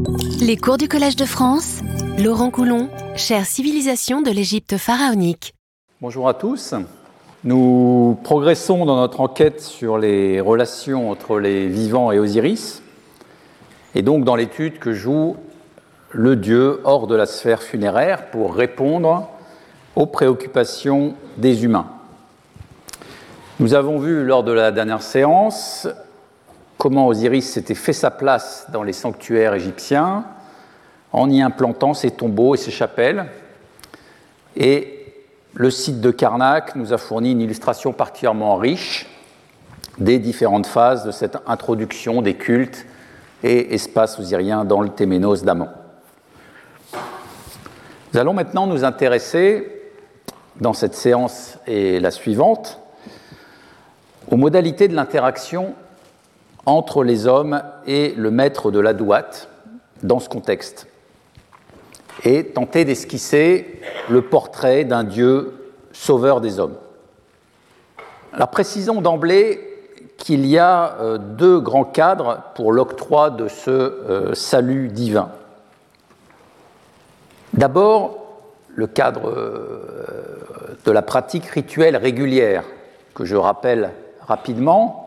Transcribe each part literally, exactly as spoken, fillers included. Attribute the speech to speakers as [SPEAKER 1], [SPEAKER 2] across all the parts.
[SPEAKER 1] Les cours du Collège de France, Laurent Coulon, chère civilisation de l'Égypte pharaonique.
[SPEAKER 2] Bonjour à tous. Nous progressons dans notre enquête sur les relations entre les vivants et Osiris, et donc dans l'étude que joue le dieu hors de la sphère funéraire pour répondre aux préoccupations des humains. Nous avons vu lors de la dernière séance comment Osiris s'était fait sa place dans les sanctuaires égyptiens en y implantant ses tombeaux et ses chapelles. Et le site de Karnak nous a fourni une illustration particulièrement riche des différentes phases de cette introduction des cultes et espaces osiriens dans le Téménos d'Amon. Nous allons maintenant nous intéresser, dans cette séance et la suivante, aux modalités de l'interaction entre les hommes et le maître de la douate dans ce contexte, et tenter d'esquisser le portrait d'un Dieu sauveur des hommes. Alors précisons d'emblée qu'il y a euh, deux grands cadres pour l'octroi de ce euh, salut divin. D'abord, le cadre euh, de la pratique rituelle régulière, que je rappelle rapidement.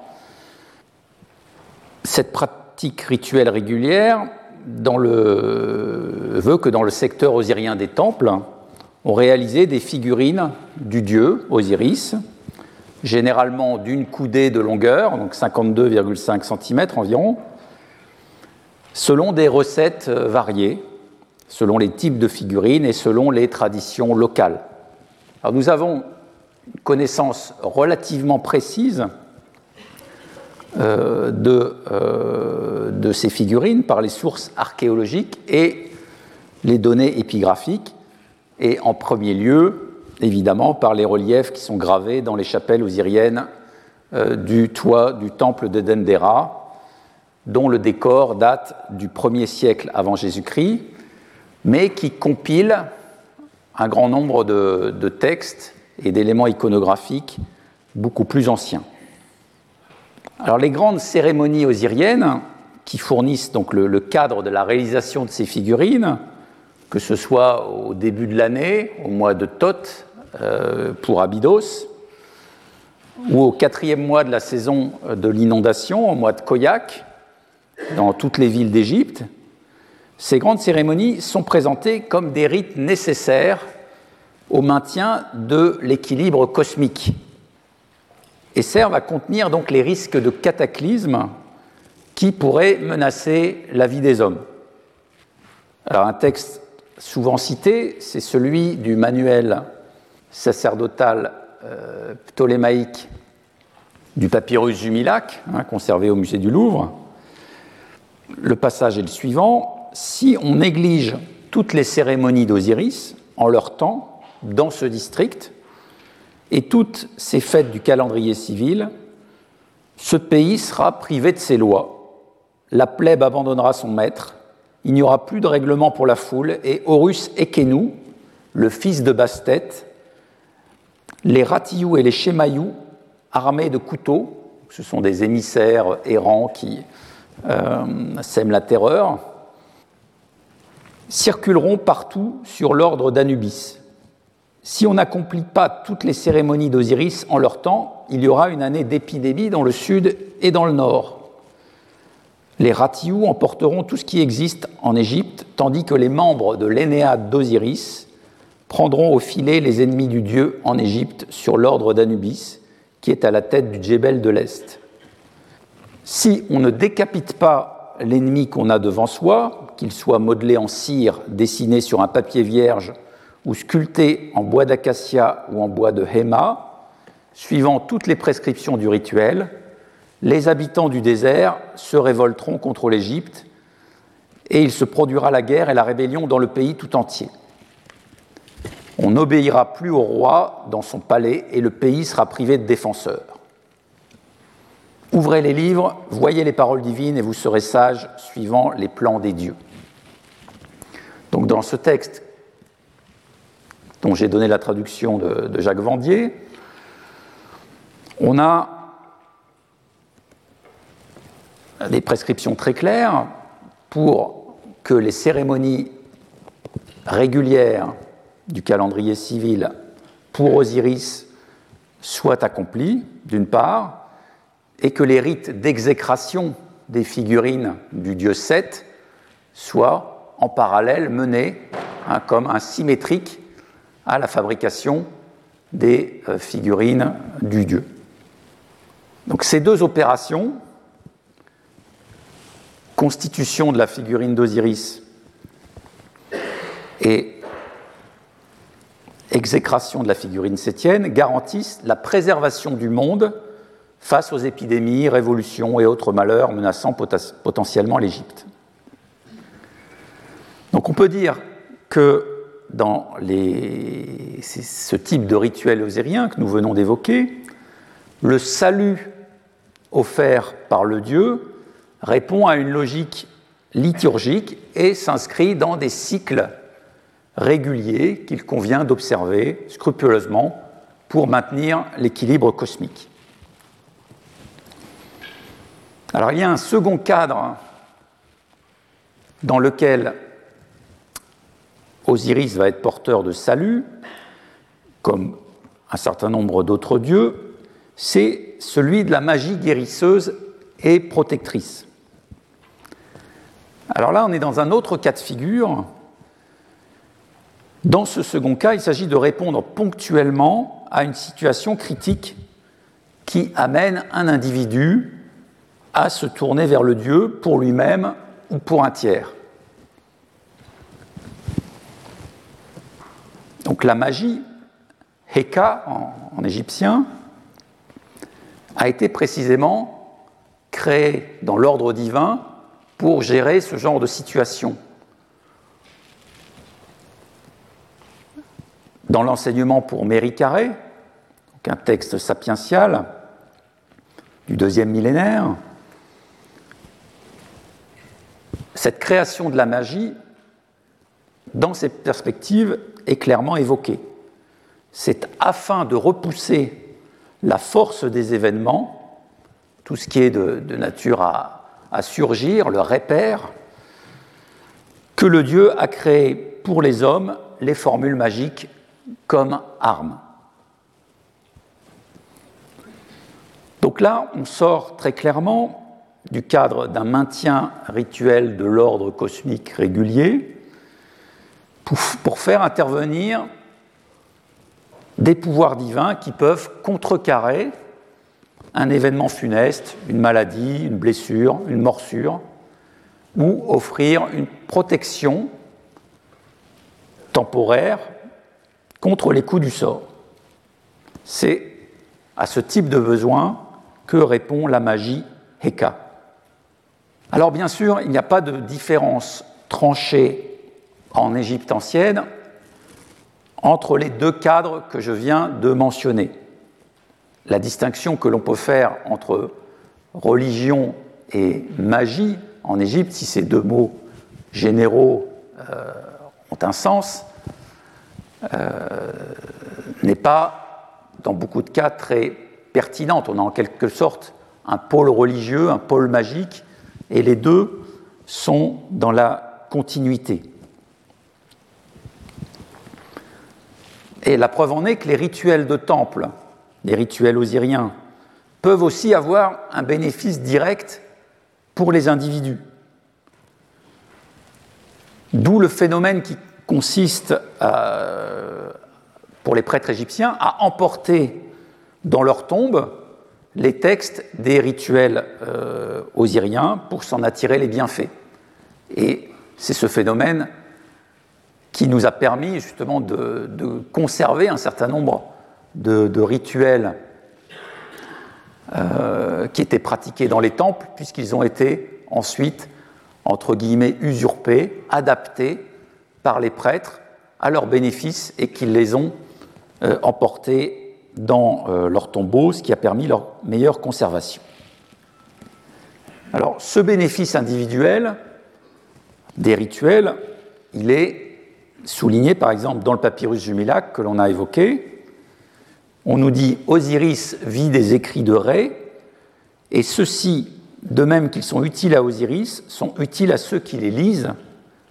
[SPEAKER 2] Cette pratique rituelle régulière dans le, veut que dans le secteur osirien des temples, on réalisait des figurines du dieu Osiris, généralement d'une coudée de longueur, donc cinquante-deux virgule cinq centimètres environ, selon des recettes variées, selon les types de figurines et selon les traditions locales. Alors nous avons une connaissance relativement précise Euh, de, euh, de ces figurines par les sources archéologiques et les données épigraphiques, et en premier lieu, évidemment, par les reliefs qui sont gravés dans les chapelles osiriennes euh, du toit du temple de Dendera, dont le décor date du premier siècle avant Jésus-Christ, mais qui compile un grand nombre de, de textes et d'éléments iconographiques beaucoup plus anciens. Alors, les grandes cérémonies osiriennes qui fournissent donc le, le cadre de la réalisation de ces figurines, que ce soit au début de l'année, au mois de Thoth euh, pour Abydos, ou au quatrième mois de la saison de l'inondation, au mois de Khoiak, dans toutes les villes d'Égypte, ces grandes cérémonies sont présentées comme des rites nécessaires au maintien de l'équilibre cosmique, et servent à contenir donc les risques de cataclysme qui pourraient menacer la vie des hommes. Alors un texte souvent cité, c'est celui du manuel sacerdotal euh, ptolémaïque du papyrus Jumilac, hein, conservé au musée du Louvre. Le passage est le suivant: si on néglige toutes les cérémonies d'Osiris en leur temps dans ce district, et toutes ces fêtes du calendrier civil, ce pays sera privé de ses lois. La plèbe abandonnera son maître, il n'y aura plus de règlement pour la foule, et Horus Ekhénou, le fils de Bastet, les Ratiyou et les Shemayou, armés de couteaux, ce sont des émissaires errants qui euh, sèment la terreur, circuleront partout sur l'ordre d'Anubis. Si on n'accomplit pas toutes les cérémonies d'Osiris en leur temps, il y aura une année d'épidémie dans le sud et dans le nord. Les Ratiyou emporteront tout ce qui existe en Égypte, tandis que les membres de l'Énéade d'Osiris prendront au filet les ennemis du dieu en Égypte sur l'ordre d'Anubis, qui est à la tête du Djebel de l'Est. Si on ne décapite pas l'ennemi qu'on a devant soi, qu'il soit modelé en cire, dessiné sur un papier vierge, ou sculptés en bois d'acacia ou en bois de héma, suivant toutes les prescriptions du rituel, les habitants du désert se révolteront contre l'Égypte et il se produira la guerre et la rébellion dans le pays tout entier. On n'obéira plus au roi dans son palais et le pays sera privé de défenseurs. Ouvrez les livres, voyez les paroles divines et vous serez sages suivant les plans des dieux. Donc dans ce texte, dont j'ai donné la traduction de, de Jacques Vendier, on a des prescriptions très claires pour que les cérémonies régulières du calendrier civil pour Osiris soient accomplies, d'une part, et que les rites d'exécration des figurines du dieu Seth soient en parallèle menés hein, comme un symétrique à la fabrication des euh, figurines du dieu. Donc ces deux opérations, constitution de la figurine d'Osiris et exécration de la figurine sétienne, garantissent la préservation du monde face aux épidémies, révolutions et autres malheurs menaçant potentiellement l'Égypte. Donc on peut dire que dans les, ce type de rituel osirien que nous venons d'évoquer, le salut offert par le dieu répond à une logique liturgique et s'inscrit dans des cycles réguliers qu'il convient d'observer scrupuleusement pour maintenir l'équilibre cosmique. Alors il y a un second cadre dans lequel Osiris va être porteur de salut, comme un certain nombre d'autres dieux, c'est celui de la magie guérisseuse et protectrice. Alors là, on est dans un autre cas de figure. Dans ce second cas, il s'agit de répondre ponctuellement à une situation critique qui amène un individu à se tourner vers le Dieu pour lui-même ou pour un tiers. Donc la magie, Heka en, en égyptien, a été précisément créée dans l'ordre divin pour gérer ce genre de situation. Dans l'enseignement pour Méricaré, donc un texte sapiential du deuxième millénaire, cette création de la magie, dans cette perspective, est clairement évoquée. C'est afin de repousser la force des événements, tout ce qui est de, de nature à, à surgir, le repère, que le Dieu a créé pour les hommes les formules magiques comme armes. Donc là, on sort très clairement du cadre d'un maintien rituel de l'ordre cosmique régulier pour, pour faire intervenir des pouvoirs divins qui peuvent contrecarrer un événement funeste, une maladie, une blessure, une morsure, ou offrir une protection temporaire contre les coups du sort. C'est à ce type de besoin que répond la magie Heka. Alors bien sûr, il n'y a pas de différence tranchée en Égypte ancienne entre les deux cadres que je viens de mentionner. La distinction que l'on peut faire entre religion et magie en Égypte, si ces deux mots généraux euh, ont un sens, euh, n'est pas, dans beaucoup de cas, très pertinente. On a en quelque sorte un pôle religieux, un pôle magique, et les deux sont dans la continuité. Et la preuve en est que les rituels de temple, les rituels osiriens, peuvent aussi avoir un bénéfice direct pour les individus. D'où le phénomène qui consiste, à, pour les prêtres égyptiens, à emporter dans leur tombe les textes des rituels euh, osiriens pour s'en attirer les bienfaits. Et c'est ce phénomène qui nous a permis justement de, de conserver un certain nombre de, de rituels euh, qui étaient pratiqués dans les temples, puisqu'ils ont été ensuite, entre guillemets, usurpés, adaptés par les prêtres à leur bénéfice et qu'ils les ont euh, emportés dans euh, leurs tombeaux, ce qui a permis leur meilleure conservation. Alors, ce bénéfice individuel des rituels, il est souligné par exemple dans le papyrus du Milak que l'on a évoqué. On nous dit « Osiris vit des écrits de Ré, et ceux-ci, de même qu'ils sont utiles à Osiris, sont utiles à ceux qui les lisent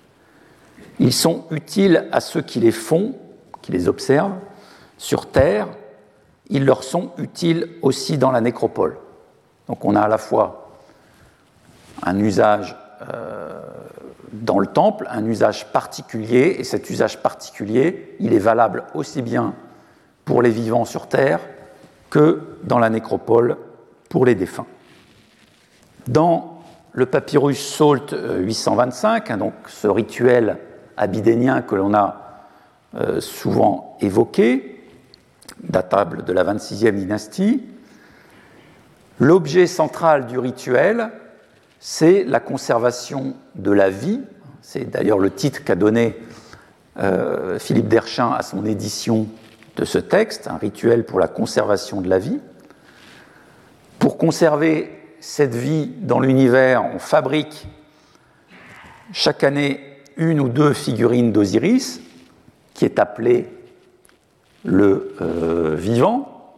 [SPEAKER 2] Ils sont utiles à ceux qui les font, qui les observent, sur Terre. Ils leur sont utiles aussi dans la nécropole. Donc on a à la fois un usage euh, dans le temple, un usage particulier, et cet usage particulier, il est valable aussi bien pour les vivants sur Terre que dans la nécropole pour les défunts. Dans le papyrus Salt huit cent vingt-cinq, hein, donc ce rituel abydénien que l'on a euh, souvent évoqué, datable de la vingt-sixième dynastie, l'objet central du rituel, c'est la conservation de la vie. C'est d'ailleurs le titre qu'a donné euh, Philippe Derchin à son édition de ce texte, un rituel pour la conservation de la vie. Pour conserver cette vie dans l'univers, on fabrique chaque année une ou deux figurines d'Osiris, qui est appelée le euh, vivant,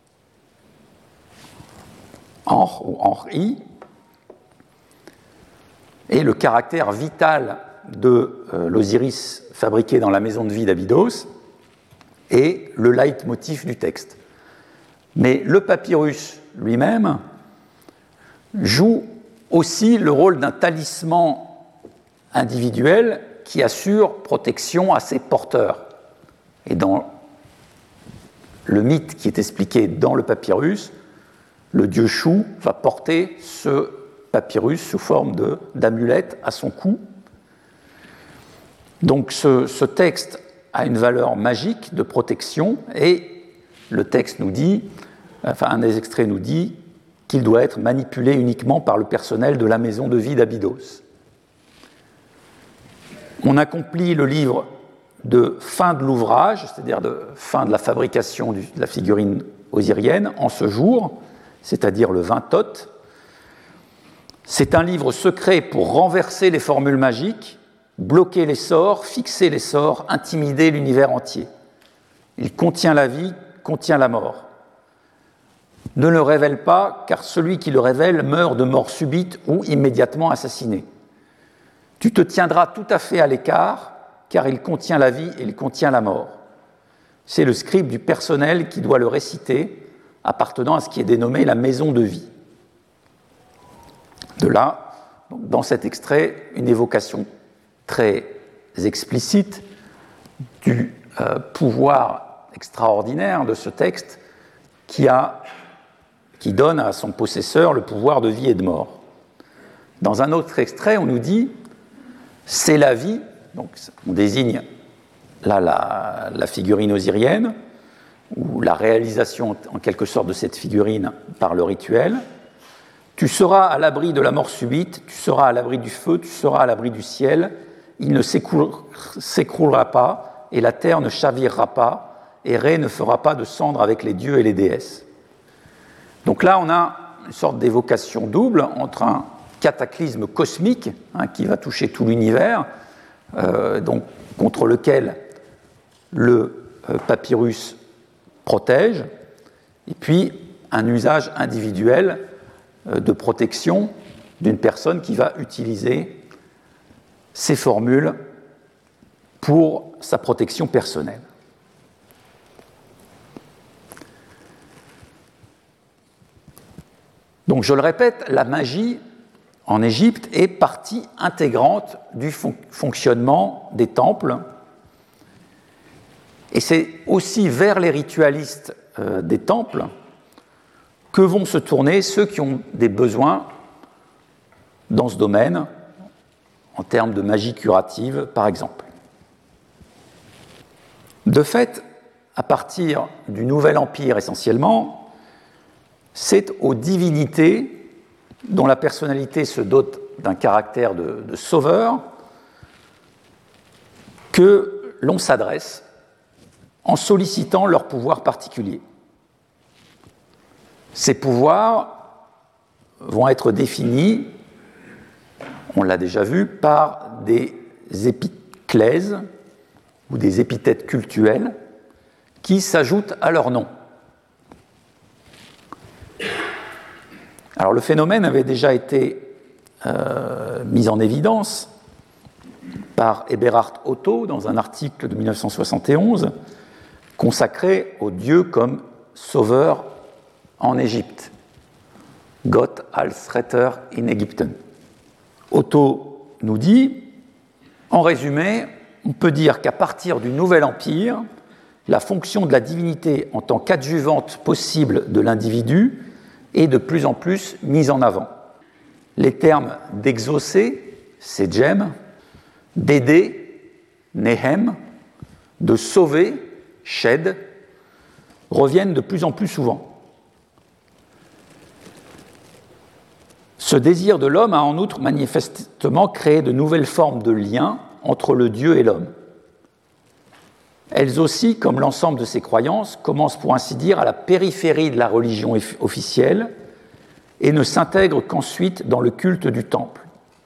[SPEAKER 2] Anr ou Anri, et le caractère vital de euh, l'Osiris fabriqué dans la maison de vie d'Abydos est le leitmotiv du texte. Mais le papyrus lui-même joue aussi le rôle d'un talisman individuel qui assure protection à ses porteurs. Et dans le mythe qui est expliqué dans le papyrus, le dieu Chou va porter ce papyrus sous forme de, d'amulette à son cou. Donc ce, ce texte a une valeur magique de protection et le texte nous dit, enfin un des extraits nous dit qu'il doit être manipulé uniquement par le personnel de la maison de vie d'Abydos. On accomplit le livre de fin de l'ouvrage, c'est-à-dire de fin de la fabrication de la figurine osirienne, en ce jour, c'est-à-dire le vingt Thoth. C'est un livre secret pour renverser les formules magiques, bloquer les sorts, fixer les sorts, intimider l'univers entier. Il contient la vie, contient la mort. Ne le révèle pas, car celui qui le révèle meurt de mort subite ou immédiatement assassiné. Tu te tiendras tout à fait à l'écart, car il contient la vie et il contient la mort. C'est le scribe du personnel qui doit le réciter, appartenant à ce qui est dénommé la maison de vie. De là, dans cet extrait, une évocation très explicite du euh, pouvoir extraordinaire de ce texte qui, a, qui donne à son possesseur le pouvoir de vie et de mort. Dans un autre extrait, on nous dit « c'est la vie », donc on désigne là la, la figurine osirienne, ou la réalisation en quelque sorte de cette figurine par le rituel. Tu seras à l'abri de la mort subite, tu seras à l'abri du feu, tu seras à l'abri du ciel, il ne s'écroulera pas, et la terre ne chavirera pas, et Ré ne fera pas de cendre avec les dieux et les déesses. Donc là, on a une sorte d'évocation double entre un cataclysme cosmique hein, qui va toucher tout l'univers, euh, donc, contre lequel le euh, papyrus protège, et puis un usage individuel euh, de protection d'une personne qui va utiliser ces formules pour sa protection personnelle. Donc, je le répète, la magie en Égypte est partie intégrante du fon- fonctionnement des temples. Et c'est aussi vers les ritualistes euh, des temples que vont se tourner ceux qui ont des besoins dans ce domaine, en termes de magie curative, par exemple. De fait, à partir du Nouvel Empire essentiellement, c'est aux divinités dont la personnalité se dote d'un caractère de, de sauveur que l'on s'adresse en sollicitant leurs pouvoirs particuliers. Ces pouvoirs vont être définis, on l'a déjà vu, par des épiclèses ou des épithètes cultuelles qui s'ajoutent à leur nom. Alors le phénomène avait déjà été euh, mis en évidence par Eberhard Otto dans un article de mille neuf cent soixante et onze consacré au Dieu comme sauveur en Égypte. Gott als Retter in Ägypten. Otto nous dit, en résumé, on peut dire qu'à partir du Nouvel Empire, la fonction de la divinité en tant qu'adjuvante possible de l'individu est de plus en plus mise en avant. Les termes d'exaucer, segem, d'aider, nehem, de sauver, shed, reviennent de plus en plus souvent. Ce désir de l'homme a en outre manifestement créé de nouvelles formes de liens entre le Dieu et l'homme. Elles aussi, comme l'ensemble de ces croyances, commencent pour ainsi dire à la périphérie de la religion officielle et ne s'intègrent qu'ensuite dans le culte du temple.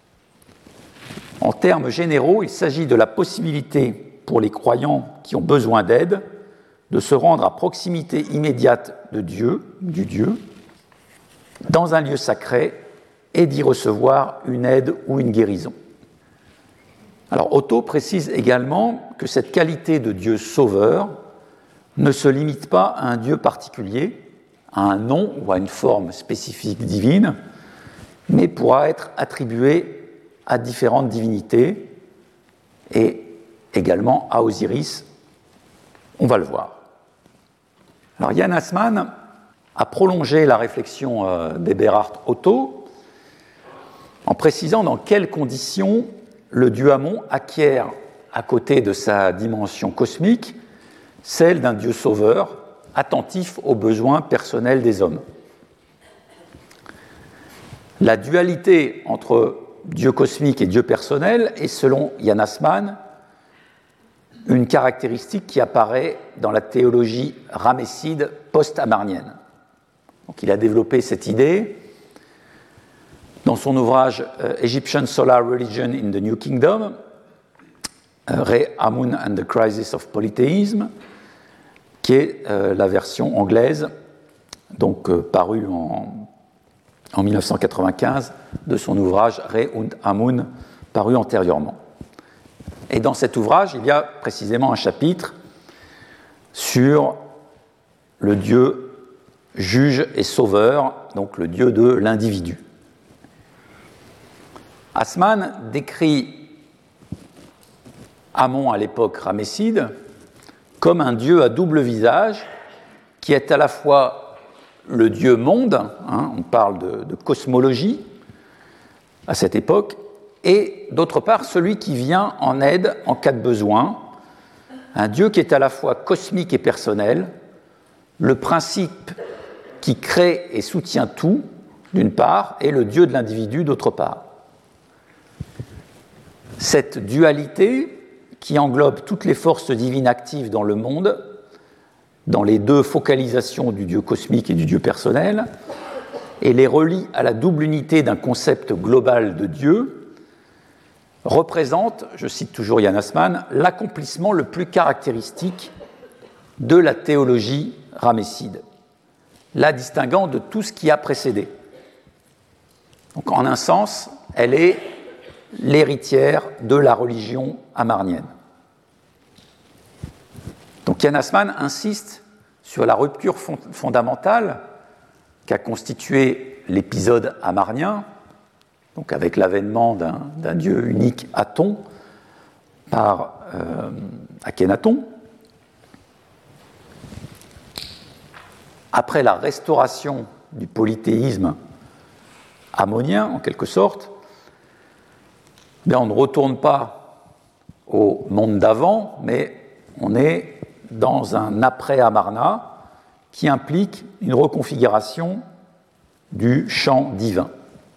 [SPEAKER 2] En termes généraux, il s'agit de la possibilité pour les croyants qui ont besoin d'aide de se rendre à proximité immédiate de Dieu, du Dieu, dans un lieu sacré et d'y recevoir une aide ou une guérison. Alors Otto précise également que cette qualité de Dieu sauveur ne se limite pas à un Dieu particulier, à un nom ou à une forme spécifique divine, mais pourra être attribuée à différentes divinités et également à Osiris. On va le voir. Alors Jan Assmann a prolongé la réflexion euh, d'Eberhard Otto en précisant dans quelles conditions le dieu Amon acquiert, à côté de sa dimension cosmique, celle d'un Dieu sauveur, attentif aux besoins personnels des hommes. La dualité entre Dieu cosmique et Dieu personnel est, selon Jan Assmann, une caractéristique qui apparaît dans la théologie ramesside post-amarnienne. Donc, il a développé cette idée dans son ouvrage euh, Egyptian Solar Religion in the New Kingdom, euh, Re Amun and the Crisis of Polytheism, qui est euh, la version anglaise, donc euh, parue en, en mille neuf cent quatre-vingt-quinze, de son ouvrage Re und Amun, paru antérieurement. Et dans cet ouvrage, il y a précisément un chapitre sur le Dieu juge et sauveur, donc le Dieu de l'individu. Assmann décrit Amon à l'époque ramesside comme un dieu à double visage qui est à la fois le dieu monde, hein, on parle de, de cosmologie à cette époque, et d'autre part celui qui vient en aide en cas de besoin, un dieu qui est à la fois cosmique et personnel, le principe qui crée et soutient tout, d'une part, et le dieu de l'individu, d'autre part. Cette dualité, qui englobe toutes les forces divines actives dans le monde, dans les deux focalisations du Dieu cosmique et du Dieu personnel, et les relie à la double unité d'un concept global de Dieu, représente, je cite toujours Jan Assmann, l'accomplissement le plus caractéristique de la théologie ramesside, la distinguant de tout ce qui a précédé. Donc, en un sens, elle est l'héritière de la religion amarnienne. Donc Jan Assmann insiste sur la rupture fond- fondamentale qu'a constitué l'épisode amarnien, donc avec l'avènement d'un, d'un dieu unique Aton par euh, Akhenaton. Après la restauration du polythéisme ammonien, en quelque sorte, bien, on ne retourne pas au monde d'avant, mais on est dans un après-Amarna qui implique une reconfiguration du champ divin.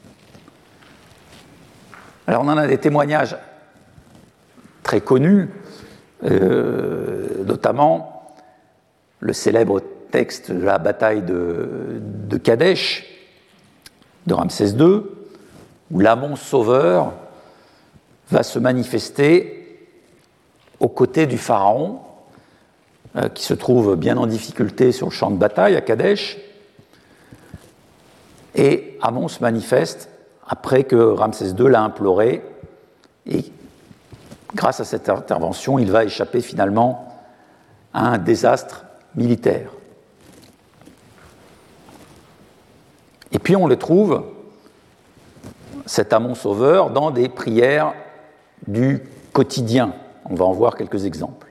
[SPEAKER 2] Alors on en a des témoignages très connus, euh, notamment le célèbre texte de la bataille de, de Kadesh, de Ramsès deux, où l'Amon sauveur va se manifester aux côtés du pharaon, euh, qui se trouve bien en difficulté sur le champ de bataille à Kadesh. Et Amon se manifeste après que Ramsès deux l'a imploré et grâce à cette intervention, il va échapper finalement à un désastre militaire. Et puis on le trouve, cet amont sauveur, dans des prières du quotidien. On va en voir quelques exemples.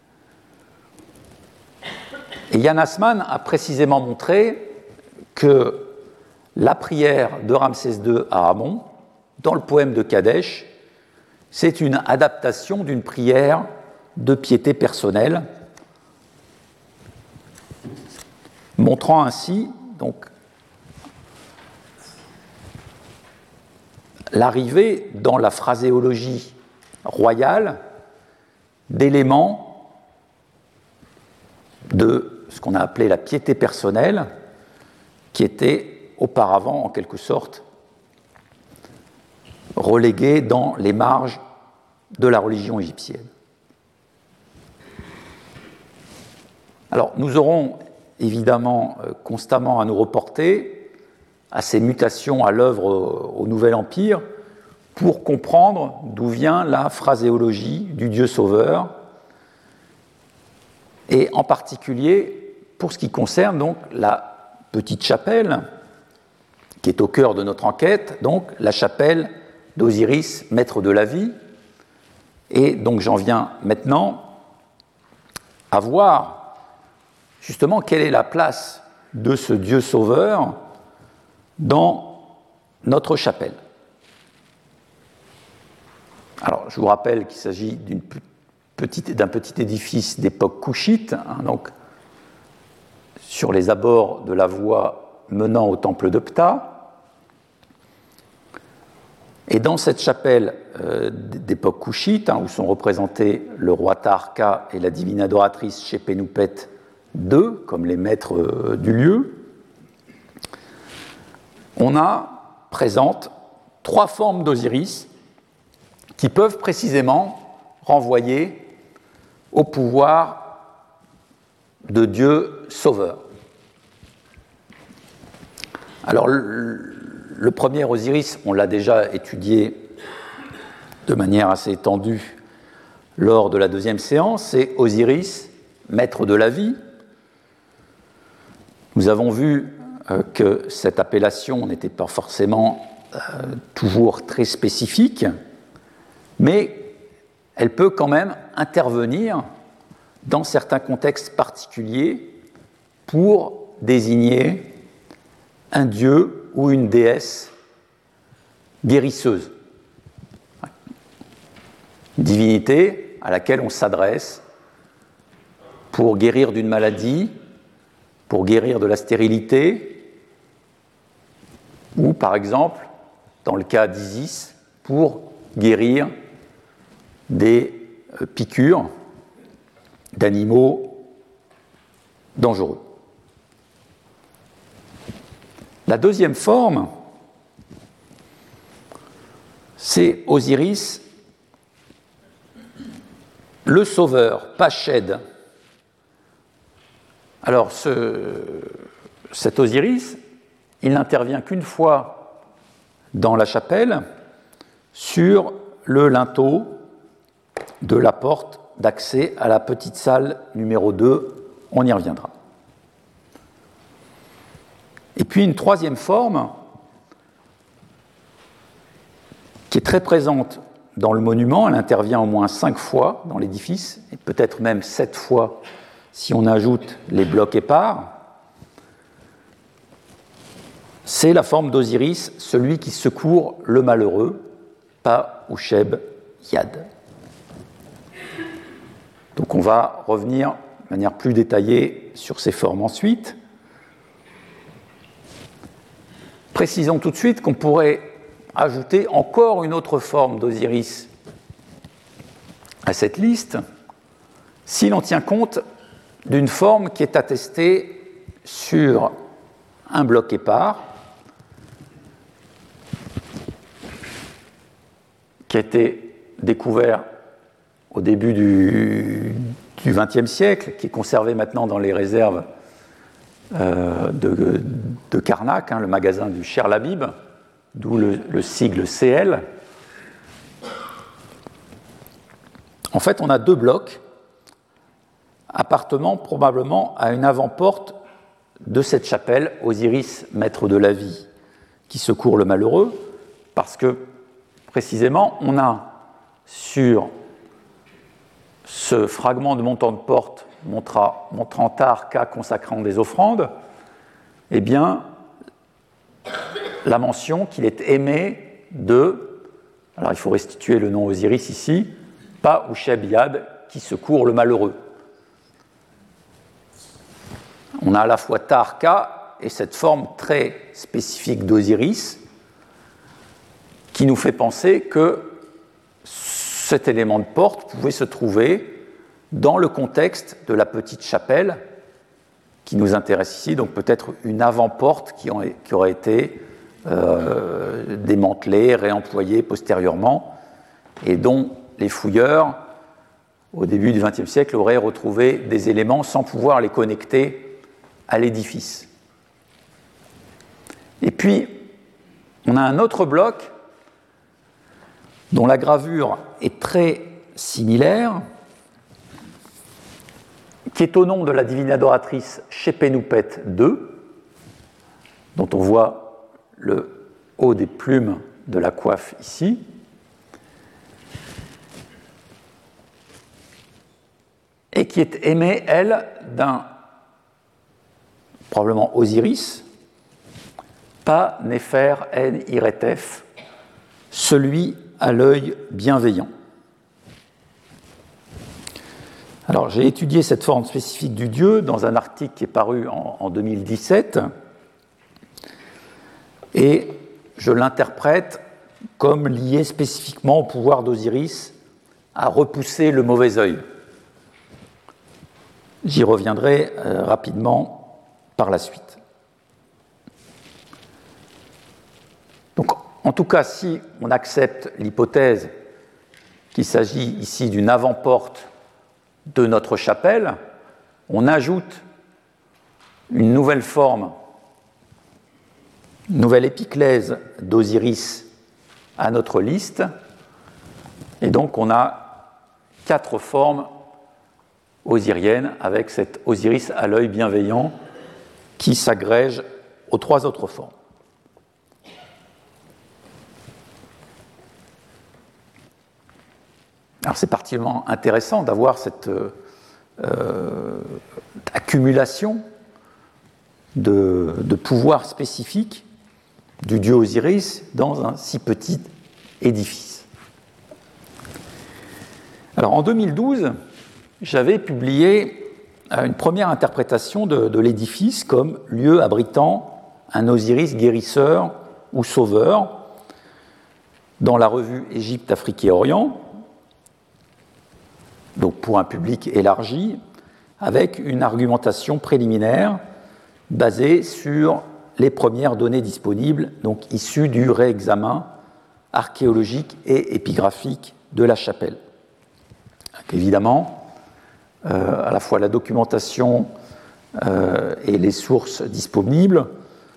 [SPEAKER 2] Et Jan Assmann a précisément montré que la prière de Ramsès deux à Amon, dans le poème de Kadesh, c'est une adaptation d'une prière de piété personnelle, montrant ainsi donc l'arrivée dans la phraséologie royale d'éléments de ce qu'on a appelé la piété personnelle, qui était auparavant, en quelque sorte, reléguée dans les marges de la religion égyptienne. Alors, nous aurons évidemment constamment à nous reporter à ces mutations à l'œuvre au Nouvel Empire pour comprendre d'où vient la phraséologie du Dieu sauveur, et en particulier pour ce qui concerne donc la petite chapelle qui est au cœur de notre enquête, donc la chapelle d'Osiris, maître de la vie. Et donc j'en viens maintenant à voir justement quelle est la place de ce Dieu sauveur dans notre chapelle. Alors je vous rappelle qu'il s'agit d'une petite, d'un petit édifice d'époque couchite, hein, donc sur les abords de la voie menant au temple de Ptah. Et dans cette chapelle euh, d'époque couchite, hein, où sont représentés le roi Taharqa et la divine adoratrice Shephenupet deux, comme les maîtres euh, du lieu, on a présente trois formes d'Osiris qui peuvent précisément renvoyer au pouvoir de Dieu sauveur. Alors, le, le premier Osiris, on l'a déjà étudié de manière assez étendue lors de la deuxième séance, c'est Osiris, maître de la vie. Nous avons vu euh, que cette appellation n'était pas forcément euh, toujours très spécifique, mais elle peut quand même intervenir dans certains contextes particuliers pour désigner un dieu ou une déesse guérisseuse. Une divinité à laquelle on s'adresse pour guérir d'une maladie, pour guérir de la stérilité, ou par exemple, dans le cas d'Isis, pour guérir des piqûres d'animaux dangereux. La deuxième forme, c'est Osiris, le sauveur, Pached. Alors, ce, cet Osiris, il n'intervient qu'une fois dans la chapelle sur le linteau de la porte d'accès à la petite salle numéro deux, on y reviendra. Et puis une troisième forme qui est très présente dans le monument, elle intervient au moins cinq fois dans l'édifice, et peut-être même sept fois si on ajoute les blocs épars. C'est la forme d'Osiris, celui qui secourt le malheureux, Pa-Usheb Yad. Donc on va revenir de manière plus détaillée sur ces formes ensuite. Précisons tout de suite qu'on pourrait ajouter encore une autre forme d'Osiris à cette liste si l'on tient compte d'une forme qui est attestée sur un bloc épars qui a été découvert au début du vingtième siècle, qui est conservé maintenant dans les réserves euh, de, de Karnak, hein, le magasin du Cher Labib, d'où le, le sigle C L. En fait, on a deux blocs appartenant probablement à une avant-porte de cette chapelle, Osiris, maître de la vie, qui secourt le malheureux, parce que, précisément, on a sur ce fragment de montant de porte montra, montrant Tar, Ka, consacrant des offrandes, eh bien, la mention qu'il est aimé de, alors il faut restituer le nom Osiris ici, Pa ou Sheb Yad, qui secourt le malheureux. On a à la fois Tar, Ka et cette forme très spécifique d'Osiris qui nous fait penser que cet élément de porte pouvait se trouver dans le contexte de la petite chapelle qui nous intéresse ici, donc peut-être une avant-porte qui, en, qui aurait été euh, démantelée, réemployée postérieurement, et dont les fouilleurs, au début du vingtième siècle, auraient retrouvé des éléments sans pouvoir les connecter à l'édifice. Et puis, on a un autre bloc dont la gravure est très similaire, qui est au nom de la divine adoratrice Shepenupet deux, dont on voit le haut des plumes de la coiffe ici. Et qui est aimée, elle, d'un probablement Osiris, Pa Nefer En Iretef, celui à l'œil bienveillant. Alors, j'ai étudié cette forme spécifique du dieu dans un article qui est paru en, en deux mille dix-sept, et je l'interprète comme lié spécifiquement au pouvoir d'Osiris à repousser le mauvais œil. J'y reviendrai euh, rapidement par la suite. Donc, en tout cas, si on accepte l'hypothèse qu'il s'agit ici d'une avant-porte de notre chapelle, on ajoute une nouvelle forme, une nouvelle épiclèse d'Osiris à notre liste, et donc on a quatre formes osiriennes avec cet Osiris à l'œil bienveillant qui s'agrège aux trois autres formes. Alors c'est particulièrement intéressant d'avoir cette euh, accumulation de, de pouvoirs spécifiques du dieu Osiris dans un si petit édifice. Alors en deux mille douze, j'avais publié une première interprétation de, de l'édifice comme lieu abritant un Osiris guérisseur ou sauveur dans la revue Égypte, Afrique et Orient, donc pour un public élargi, avec une argumentation préliminaire basée sur les premières données disponibles, donc issues du réexamen archéologique et épigraphique de la chapelle. Donc, évidemment, euh, à la fois la documentation euh, et les sources disponibles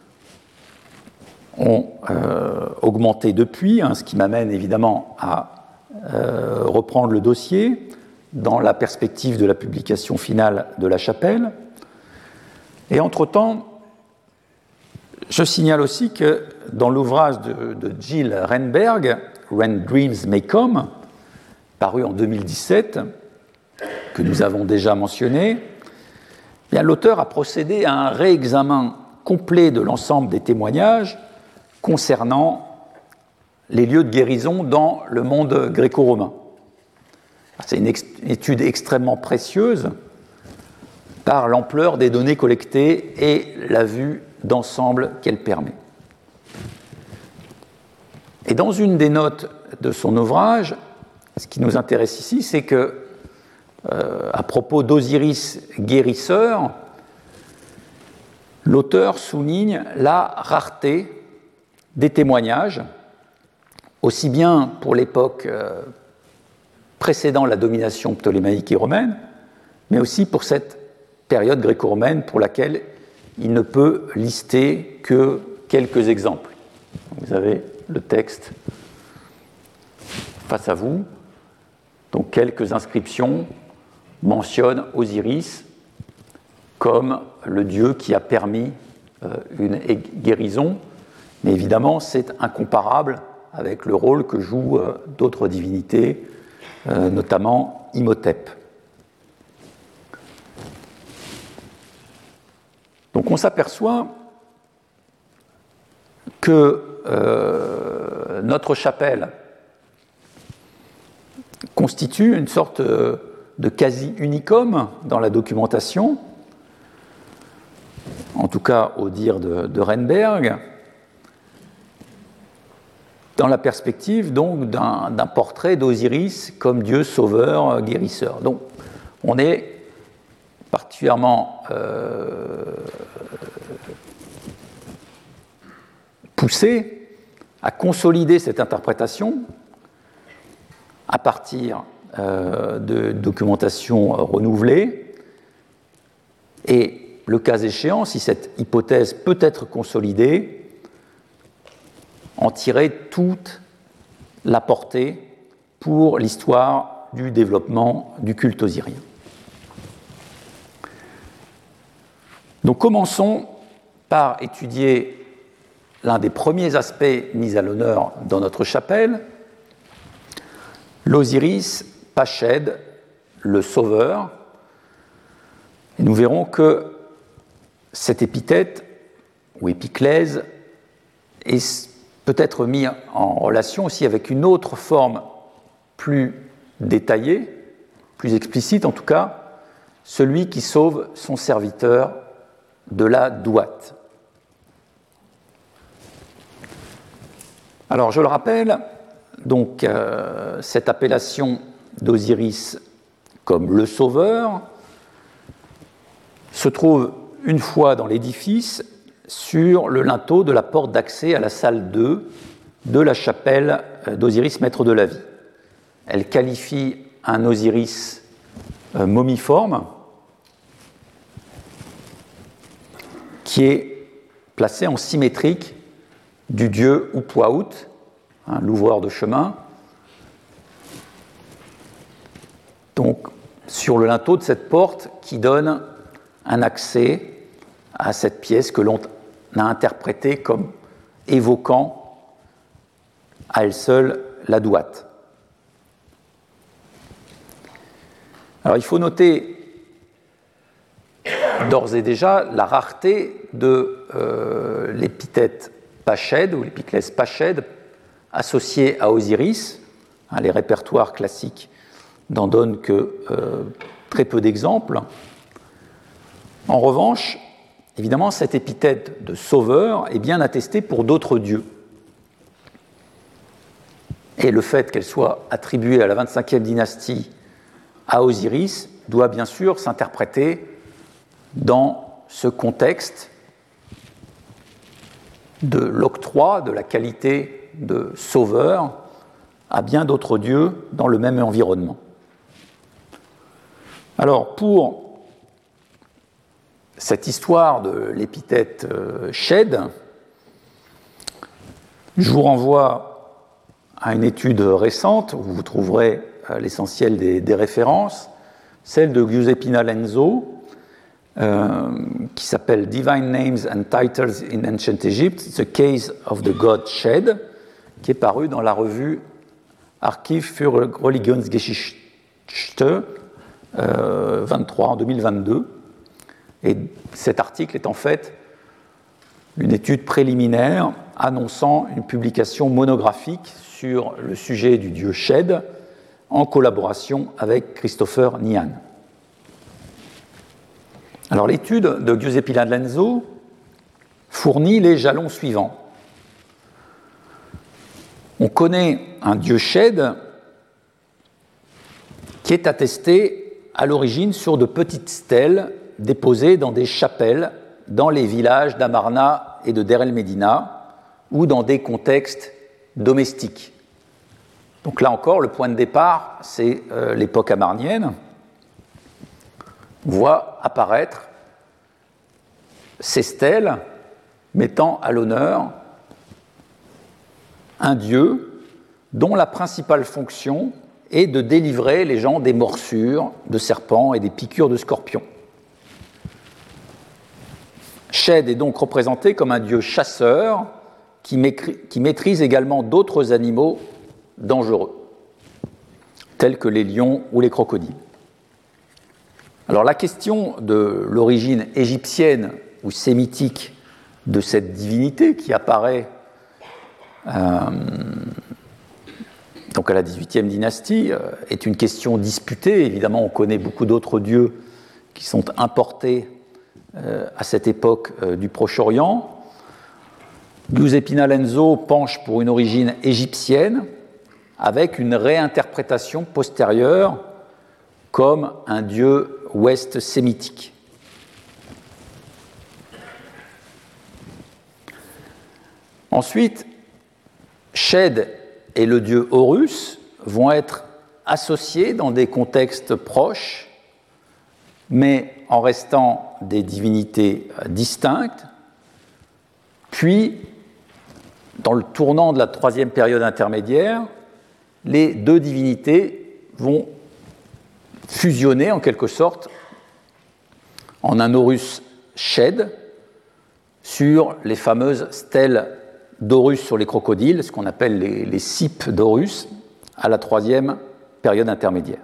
[SPEAKER 2] ont euh, augmenté depuis, hein, ce qui m'amène évidemment à euh, reprendre le dossier dans la perspective de la publication finale de la chapelle. Et entre-temps, je signale aussi que dans l'ouvrage de, de Jill Renberg, When Dreams May Come, paru en deux mille dix-sept, que nous avons déjà mentionné, eh bien, l'auteur a procédé à un réexamen complet de l'ensemble des témoignages concernant les lieux de guérison dans le monde gréco-romain. C'est une ex- étude extrêmement précieuse par l'ampleur des données collectées et la vue d'ensemble qu'elle permet. Et dans une des notes de son ouvrage, ce qui nous intéresse ici, c'est que, euh, à propos d'Osiris guérisseur, l'auteur souligne la rareté des témoignages, aussi bien pour l'époque euh, précédant la domination ptolémaïque et romaine, mais aussi pour cette période gréco-romaine pour laquelle il ne peut lister que quelques exemples. Vous avez le texte face à vous. Donc quelques inscriptions mentionnent Osiris comme le dieu qui a permis euh, une guérison, mais évidemment c'est incomparable avec le rôle que jouent euh, d'autres divinités, euh, notamment Imhotep. Donc on s'aperçoit que euh, notre chapelle constitue une sorte de quasi-unicum dans la documentation, en tout cas au dire de, de Renberg, dans la perspective donc d'un, d'un portrait d'Osiris comme dieu sauveur, guérisseur. Donc on est particulièrement euh, poussé à consolider cette interprétation à partir euh, de documentation renouvelée et, le cas échéant, si cette hypothèse peut être consolidée, en tirer toute la portée pour l'histoire du développement du culte osirien. Donc commençons par étudier l'un des premiers aspects mis à l'honneur dans notre chapelle, l'Osiris Pached, le Sauveur. Et nous verrons que cette épithète, ou épiclèse, est peut-être mise en relation aussi avec une autre forme plus détaillée, plus explicite en tout cas, celui qui sauve son serviteur de la douate. Alors je le rappelle, donc euh, cette appellation d'Osiris comme le Sauveur se trouve une fois dans l'édifice sur le linteau de la porte d'accès à la salle deux de la chapelle d'Osiris, maître de la vie. Elle qualifie un Osiris euh, momiforme qui est placé en symétrique du dieu Upwaut, hein, l'ouvreur de chemin, donc sur le linteau de cette porte qui donne un accès à cette pièce que l'on a interprétée comme évoquant à elle seule la douate. Alors il faut noter d'ores et déjà la rareté de euh, l'épithète Pached ou l'épiclèse Pached associée à Osiris. Hein, les répertoires classiques n'en donnent que euh, très peu d'exemples. En revanche, évidemment, cette épithète de sauveur est bien attestée pour d'autres dieux. Et le fait qu'elle soit attribuée à la vingt-cinquième dynastie à Osiris doit bien sûr s'interpréter dans ce contexte de l'octroi de la qualité de sauveur à bien d'autres dieux dans le même environnement. Alors, pour cette histoire de l'épithète euh, Shed, je vous renvoie à une étude récente où vous trouverez euh, l'essentiel des, des références, celle de Giuseppina Lenzo, euh, qui s'appelle Divine Names and Titles in Ancient Egypt, The Case of the God Shed, qui est paru dans la revue Archiv für Religionsgeschichte euh, vingt-trois en deux mille vingt-deux. Et cet article est en fait une étude préliminaire annonçant une publication monographique sur le sujet du dieu Shed en collaboration avec Christopher Nihan. Alors l'étude de Giuseppina Lenzo fournit les jalons suivants. On connaît un dieu Shed qui est attesté à l'origine sur de petites stèles déposées dans des chapelles dans les villages d'Amarna et de Der el-Medina ou dans des contextes domestiques. Donc là encore, le point de départ, c'est euh, l'époque amarnienne. On voit apparaître ces stèles mettant à l'honneur un dieu dont la principale fonction et de délivrer les gens des morsures de serpents et des piqûres de scorpions. Shed est donc représenté comme un dieu chasseur qui, qui maîtrise également d'autres animaux dangereux, tels que les lions ou les crocodiles. Alors la question de l'origine égyptienne ou sémitique de cette divinité qui apparaît euh, donc à la dix-huitième dynastie euh, est une question disputée. Évidemment, on connaît beaucoup d'autres dieux qui sont importés euh, à cette époque euh, du Proche-Orient. Giuseppe Lenzo penche pour une origine égyptienne avec une réinterprétation postérieure comme un dieu ouest sémitique. Ensuite, Shed et le dieu Horus vont être associés dans des contextes proches, mais en restant des divinités distinctes. Puis, dans le tournant de la troisième période intermédiaire, les deux divinités vont fusionner en quelque sorte en un Horus Shed sur les fameuses stèles d'Horus sur les crocodiles, ce qu'on appelle les, les cipes d'Horus, à la troisième période intermédiaire.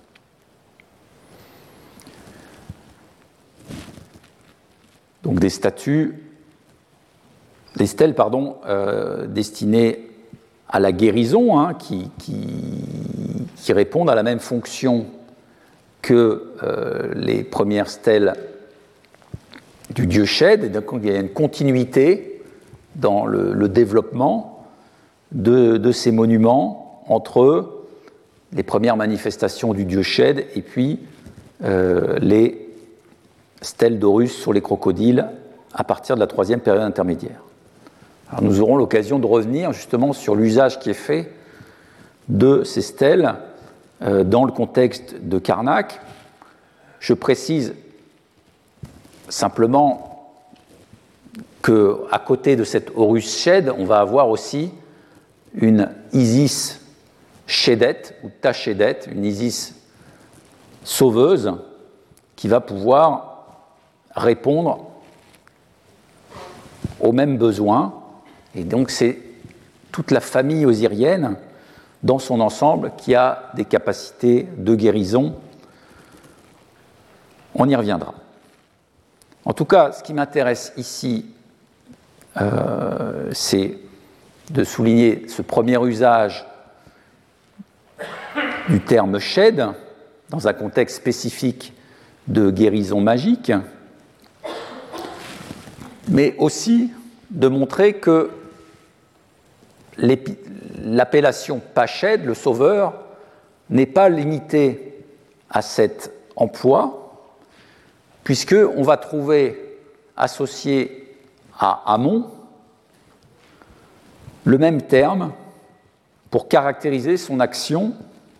[SPEAKER 2] Donc des statues, des stèles, pardon, euh, destinées à la guérison, hein, qui, qui, qui répondent à la même fonction que euh, les premières stèles du dieu Shed, et donc il y a une continuité dans le, le développement de, de ces monuments entre les premières manifestations du dieu Shed et puis euh, les stèles d'Horus sur les crocodiles à partir de la troisième période intermédiaire. Alors nous aurons l'occasion de revenir justement sur l'usage qui est fait de ces stèles euh, dans le contexte de Karnak. Je précise simplement qu'à côté de cet Horus Shed, on va avoir aussi une Isis Shedet ou Tashedet, une Isis sauveuse qui va pouvoir répondre aux mêmes besoins. Et donc c'est toute la famille osirienne dans son ensemble qui a des capacités de guérison. On y reviendra. En tout cas, ce qui m'intéresse ici, euh, c'est de souligner ce premier usage du terme Shed dans un contexte spécifique de guérison magique, mais aussi de montrer que l'appellation Pashed, le sauveur, n'est pas limitée à cet emploi, puisqu'on va trouver associé à Amon le même terme pour caractériser son action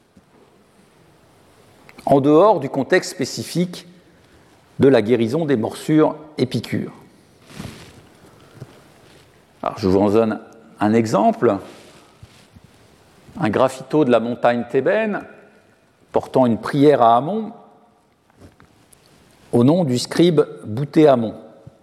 [SPEAKER 2] en dehors du contexte spécifique de la guérison des morsures et piqûres. Alors, je vous en donne un exemple. Un graffito de la montagne thébaine portant une prière à Amon au nom du scribe Bouté-Amon.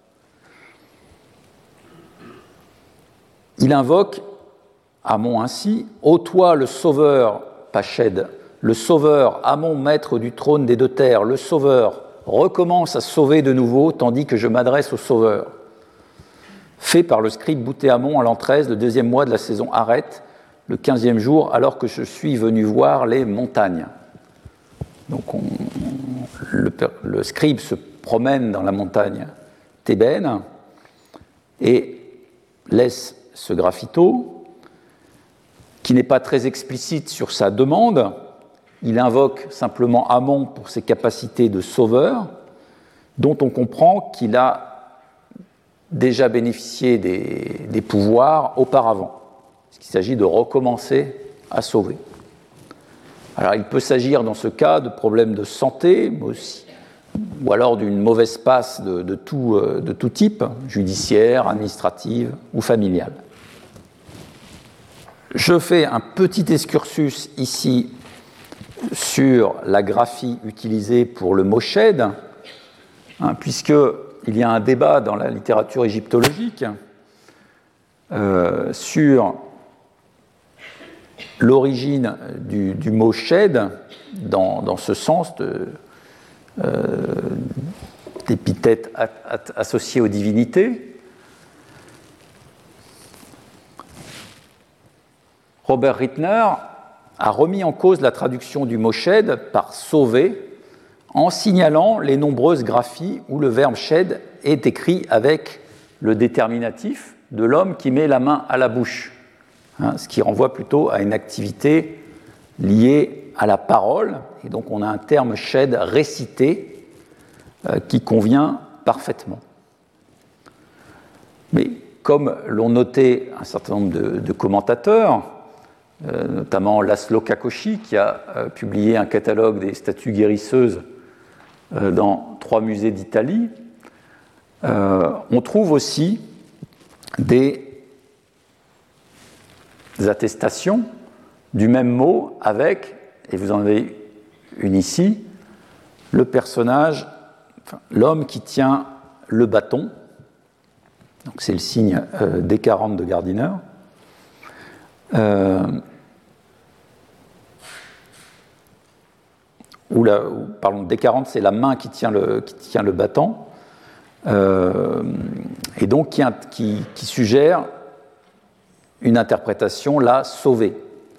[SPEAKER 2] Il invoque Amon ainsi: « Ô toi le sauveur, Pashed, le sauveur, Amon, maître du trône des deux terres, le sauveur, recommence à sauver de nouveau, tandis que je m'adresse au sauveur. » Fait par le scribe Bouté-Amon à l'an treize, le deuxième mois de la saison Areth, le quinzième jour, alors que je suis venu voir les montagnes. Donc on, le, le scribe se promène dans la montagne thébaine et laisse ce graffito, qui n'est pas très explicite sur sa demande. Il invoque simplement Amon pour ses capacités de sauveur, dont on comprend qu'il a déjà bénéficié des, des pouvoirs auparavant. Il s'agit de recommencer à sauver. Alors il peut s'agir dans ce cas de problèmes de santé, mais aussi, ou alors d'une mauvaise passe de, de, tout, de tout type, judiciaire, administrative ou familiale. Je fais un petit excursus ici sur la graphie utilisée pour le mot shed, hein, puisqu'il y a un débat dans la littérature égyptologique euh, sur l'origine du, du mot shed dans, dans ce sens de, euh, d'épithète at, at, associée aux divinités. Robert Rittner a remis en cause la traduction du mot shed par sauver en signalant les nombreuses graphies où le verbe shed est écrit avec le déterminatif de l'homme qui met la main à la bouche, hein, ce qui renvoie plutôt à une activité liée à la parole. Et donc on a un terme shed récité euh, qui convient parfaitement. Mais comme l'ont noté un certain nombre de, de commentateurs, Euh, notamment Laszlo Kakoshi, qui a euh, publié un catalogue des statues guérisseuses euh, dans trois musées d'Italie, euh, on trouve aussi des attestations du même mot avec, et vous en avez une ici, le personnage, enfin, l'homme qui tient le bâton, donc c'est le signe euh, D quarante de Gardiner. Euh, Ou, la, ou pardon, D quarante, c'est la main qui tient le, qui tient le bâton, euh, et donc qui, qui, qui suggère une interprétation, là, sauvée.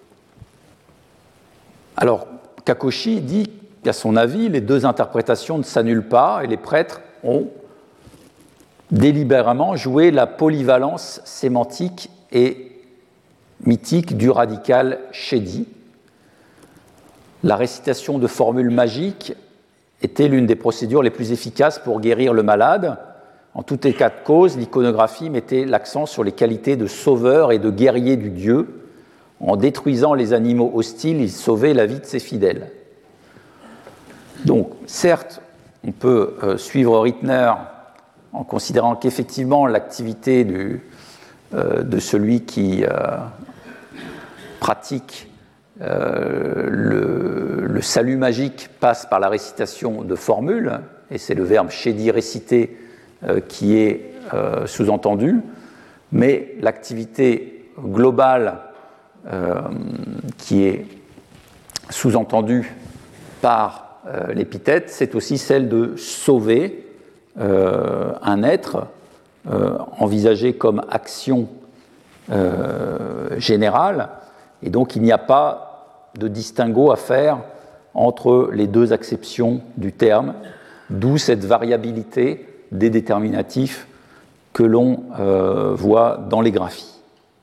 [SPEAKER 2] Alors, Kakoshi dit qu'à son avis, les deux interprétations ne s'annulent pas, et les prêtres ont délibérément joué la polyvalence sémantique et mythique du radical shedi. La récitation de formules magiques était l'une des procédures les plus efficaces pour guérir le malade. En tout état de cause, l'iconographie mettait l'accent sur les qualités de sauveur et de guerrier du Dieu. En détruisant les animaux hostiles, il sauvait la vie de ses fidèles. Donc, certes, on peut euh, suivre Rittner en considérant qu'effectivement l'activité du, euh, de celui qui euh, pratique Euh, le, le salut magique passe par la récitation de formules, et c'est le verbe shedi récité euh, qui est euh, sous-entendu, mais l'activité globale euh, qui est sous-entendue par euh, l'épithète, c'est aussi celle de sauver euh, un être euh, envisagé comme action euh, générale. Et donc, il n'y a pas de distinguo à faire entre les deux acceptions du terme, d'où cette variabilité des déterminatifs que l'on euh, voit dans les graphies.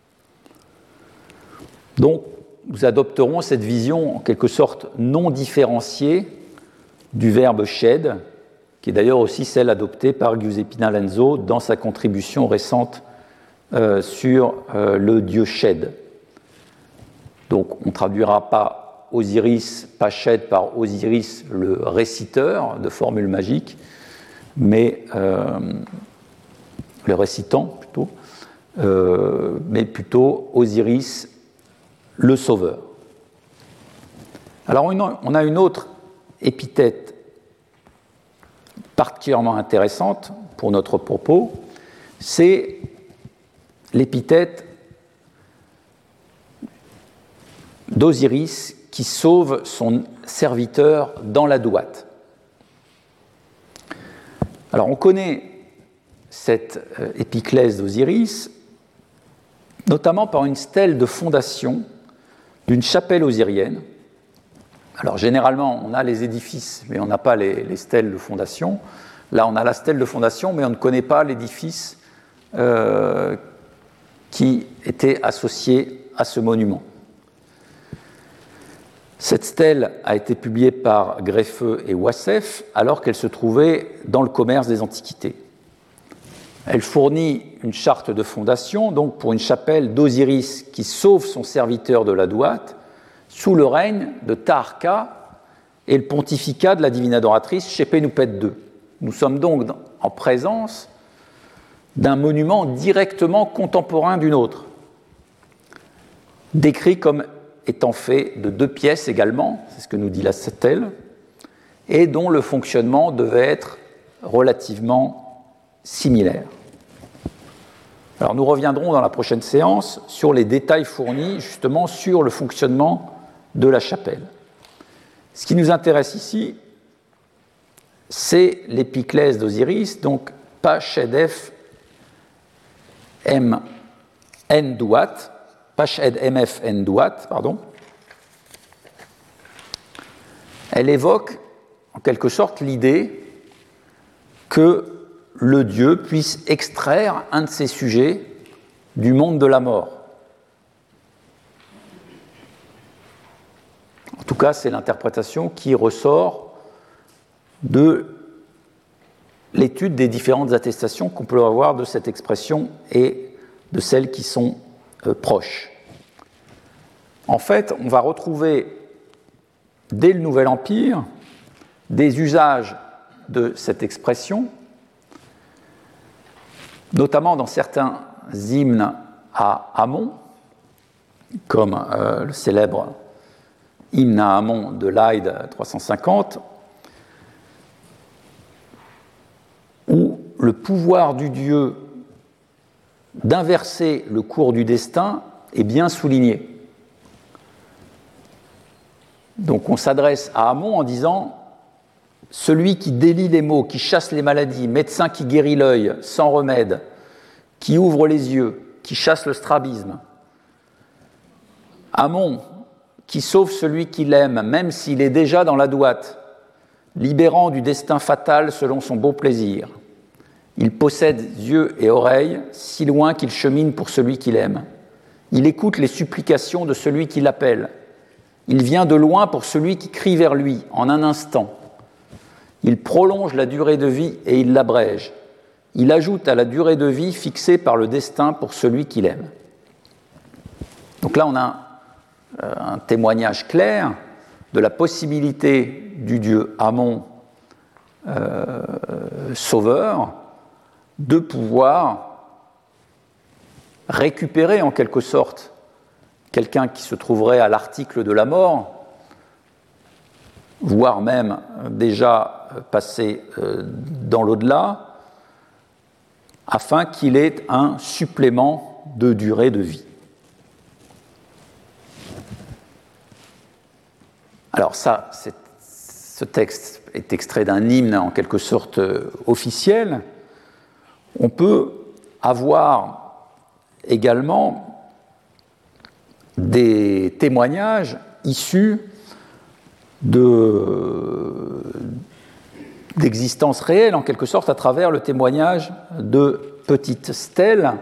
[SPEAKER 2] Donc, nous adopterons cette vision en quelque sorte non différenciée du verbe shed, qui est d'ailleurs aussi celle adoptée par Giuseppe Lanzo dans sa contribution récente euh, sur euh, le dieu Shed. Donc, on ne traduira pas Osiris, pas Shed, par Osiris, le réciteur de formules magiques, mais euh, le récitant plutôt, euh, mais plutôt Osiris, le sauveur. Alors, on a une autre épithète particulièrement intéressante pour notre propos, c'est l'épithète d'Osiris qui sauve son serviteur dans la douate. Alors on connaît cette euh, épiclèse d'Osiris notamment par une stèle de fondation d'une chapelle osirienne. Alors généralement on a les édifices mais on n'a pas les, les stèles de fondation. Là on a la stèle de fondation mais on ne connaît pas l'édifice euh, qui était associé à ce monument. Cette stèle a été publiée par Greffeux et Wassef alors qu'elle se trouvait dans le commerce des Antiquités. Elle fournit une charte de fondation donc pour une chapelle d'Osiris qui sauve son serviteur de la douate sous le règne de Taharqa et le pontificat de la divine adoratrice Shephenupet deux. Nous sommes donc en présence d'un monument directement contemporain d'une autre, décrit comme étant fait de deux pièces également, c'est ce que nous dit la stèle, et dont le fonctionnement devait être relativement similaire. Alors nous reviendrons dans la prochaine séance sur les détails fournis justement sur le fonctionnement de la chapelle. Ce qui nous intéresse ici, c'est l'épiclèse d'Osiris, donc Pached-F M N Douat, Pached-M F N Douat, pardon. Elle évoque en quelque sorte l'idée que le Dieu puisse extraire un de ses sujets du monde de la mort. En tout cas, c'est l'interprétation qui ressort de l'étude des différentes attestations qu'on peut avoir de cette expression et de celles qui sont euh, proches. En fait, on va retrouver dès le Nouvel Empire des usages de cette expression, notamment dans certains hymnes à Amon, comme euh, le célèbre hymne à Amon de l'Aïd trois cent cinquante, où le pouvoir du Dieu d'inverser le cours du destin est bien souligné. Donc on s'adresse à Amon en disant « Celui qui délie les maux, qui chasse les maladies, médecin qui guérit l'œil sans remède, qui ouvre les yeux, qui chasse le strabisme. Amon, qui sauve celui qui l'aime, même s'il est déjà dans la douate, libérant du destin fatal selon son beau plaisir. Il possède yeux et oreilles, si loin qu'il chemine pour celui qu'il aime. Il écoute les supplications de celui qui l'appelle. Il vient de loin pour celui qui crie vers lui, en un instant. Il prolonge la durée de vie et il l'abrège. Il ajoute à la durée de vie fixée par le destin pour celui qu'il aime. » Donc là, on a un, un témoignage clair de la possibilité du dieu Amon euh, sauveur de pouvoir récupérer en quelque sorte quelqu'un qui se trouverait à l'article de la mort, voire même déjà passé dans l'au-delà, afin qu'il ait un supplément de durée de vie. Alors ça, c'est, ce texte est extrait d'un hymne en quelque sorte officiel. On peut avoir également des témoignages issus de, d'existence réelle, en quelque sorte, à travers le témoignage de petites stèles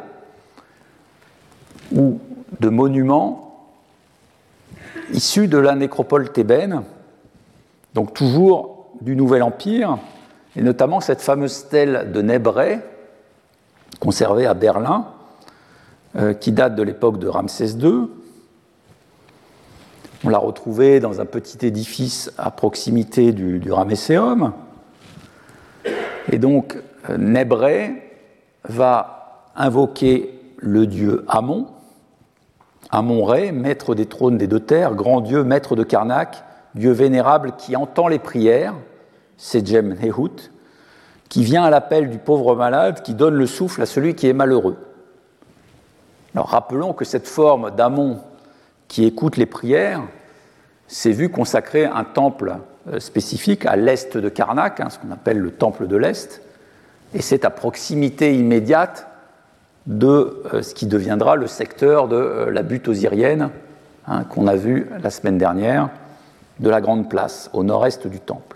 [SPEAKER 2] ou de monuments issus de la nécropole thébaine, donc toujours du Nouvel Empire, et notamment cette fameuse stèle de Nébré, conservée à Berlin, euh, qui date de l'époque de Ramsès deux. On l'a retrouvée dans un petit édifice à proximité du, du Ramesséum. Et donc, Nébré va invoquer le dieu Amon, Amon-Ré, maître des trônes des deux terres, grand dieu, maître de Karnak, dieu vénérable qui entend les prières, Sejem Nehut, qui vient à l'appel du pauvre malade, qui donne le souffle à celui qui est malheureux. Alors rappelons que cette forme d'Amon qui écoute les prières s'est vu consacrer un temple spécifique à l'est de Karnak, hein, ce qu'on appelle le temple de l'Est, et c'est à proximité immédiate de euh, ce qui deviendra le secteur de euh, la butte osirienne, hein, qu'on a vu la semaine dernière, de la Grande Place, au nord-est du temple.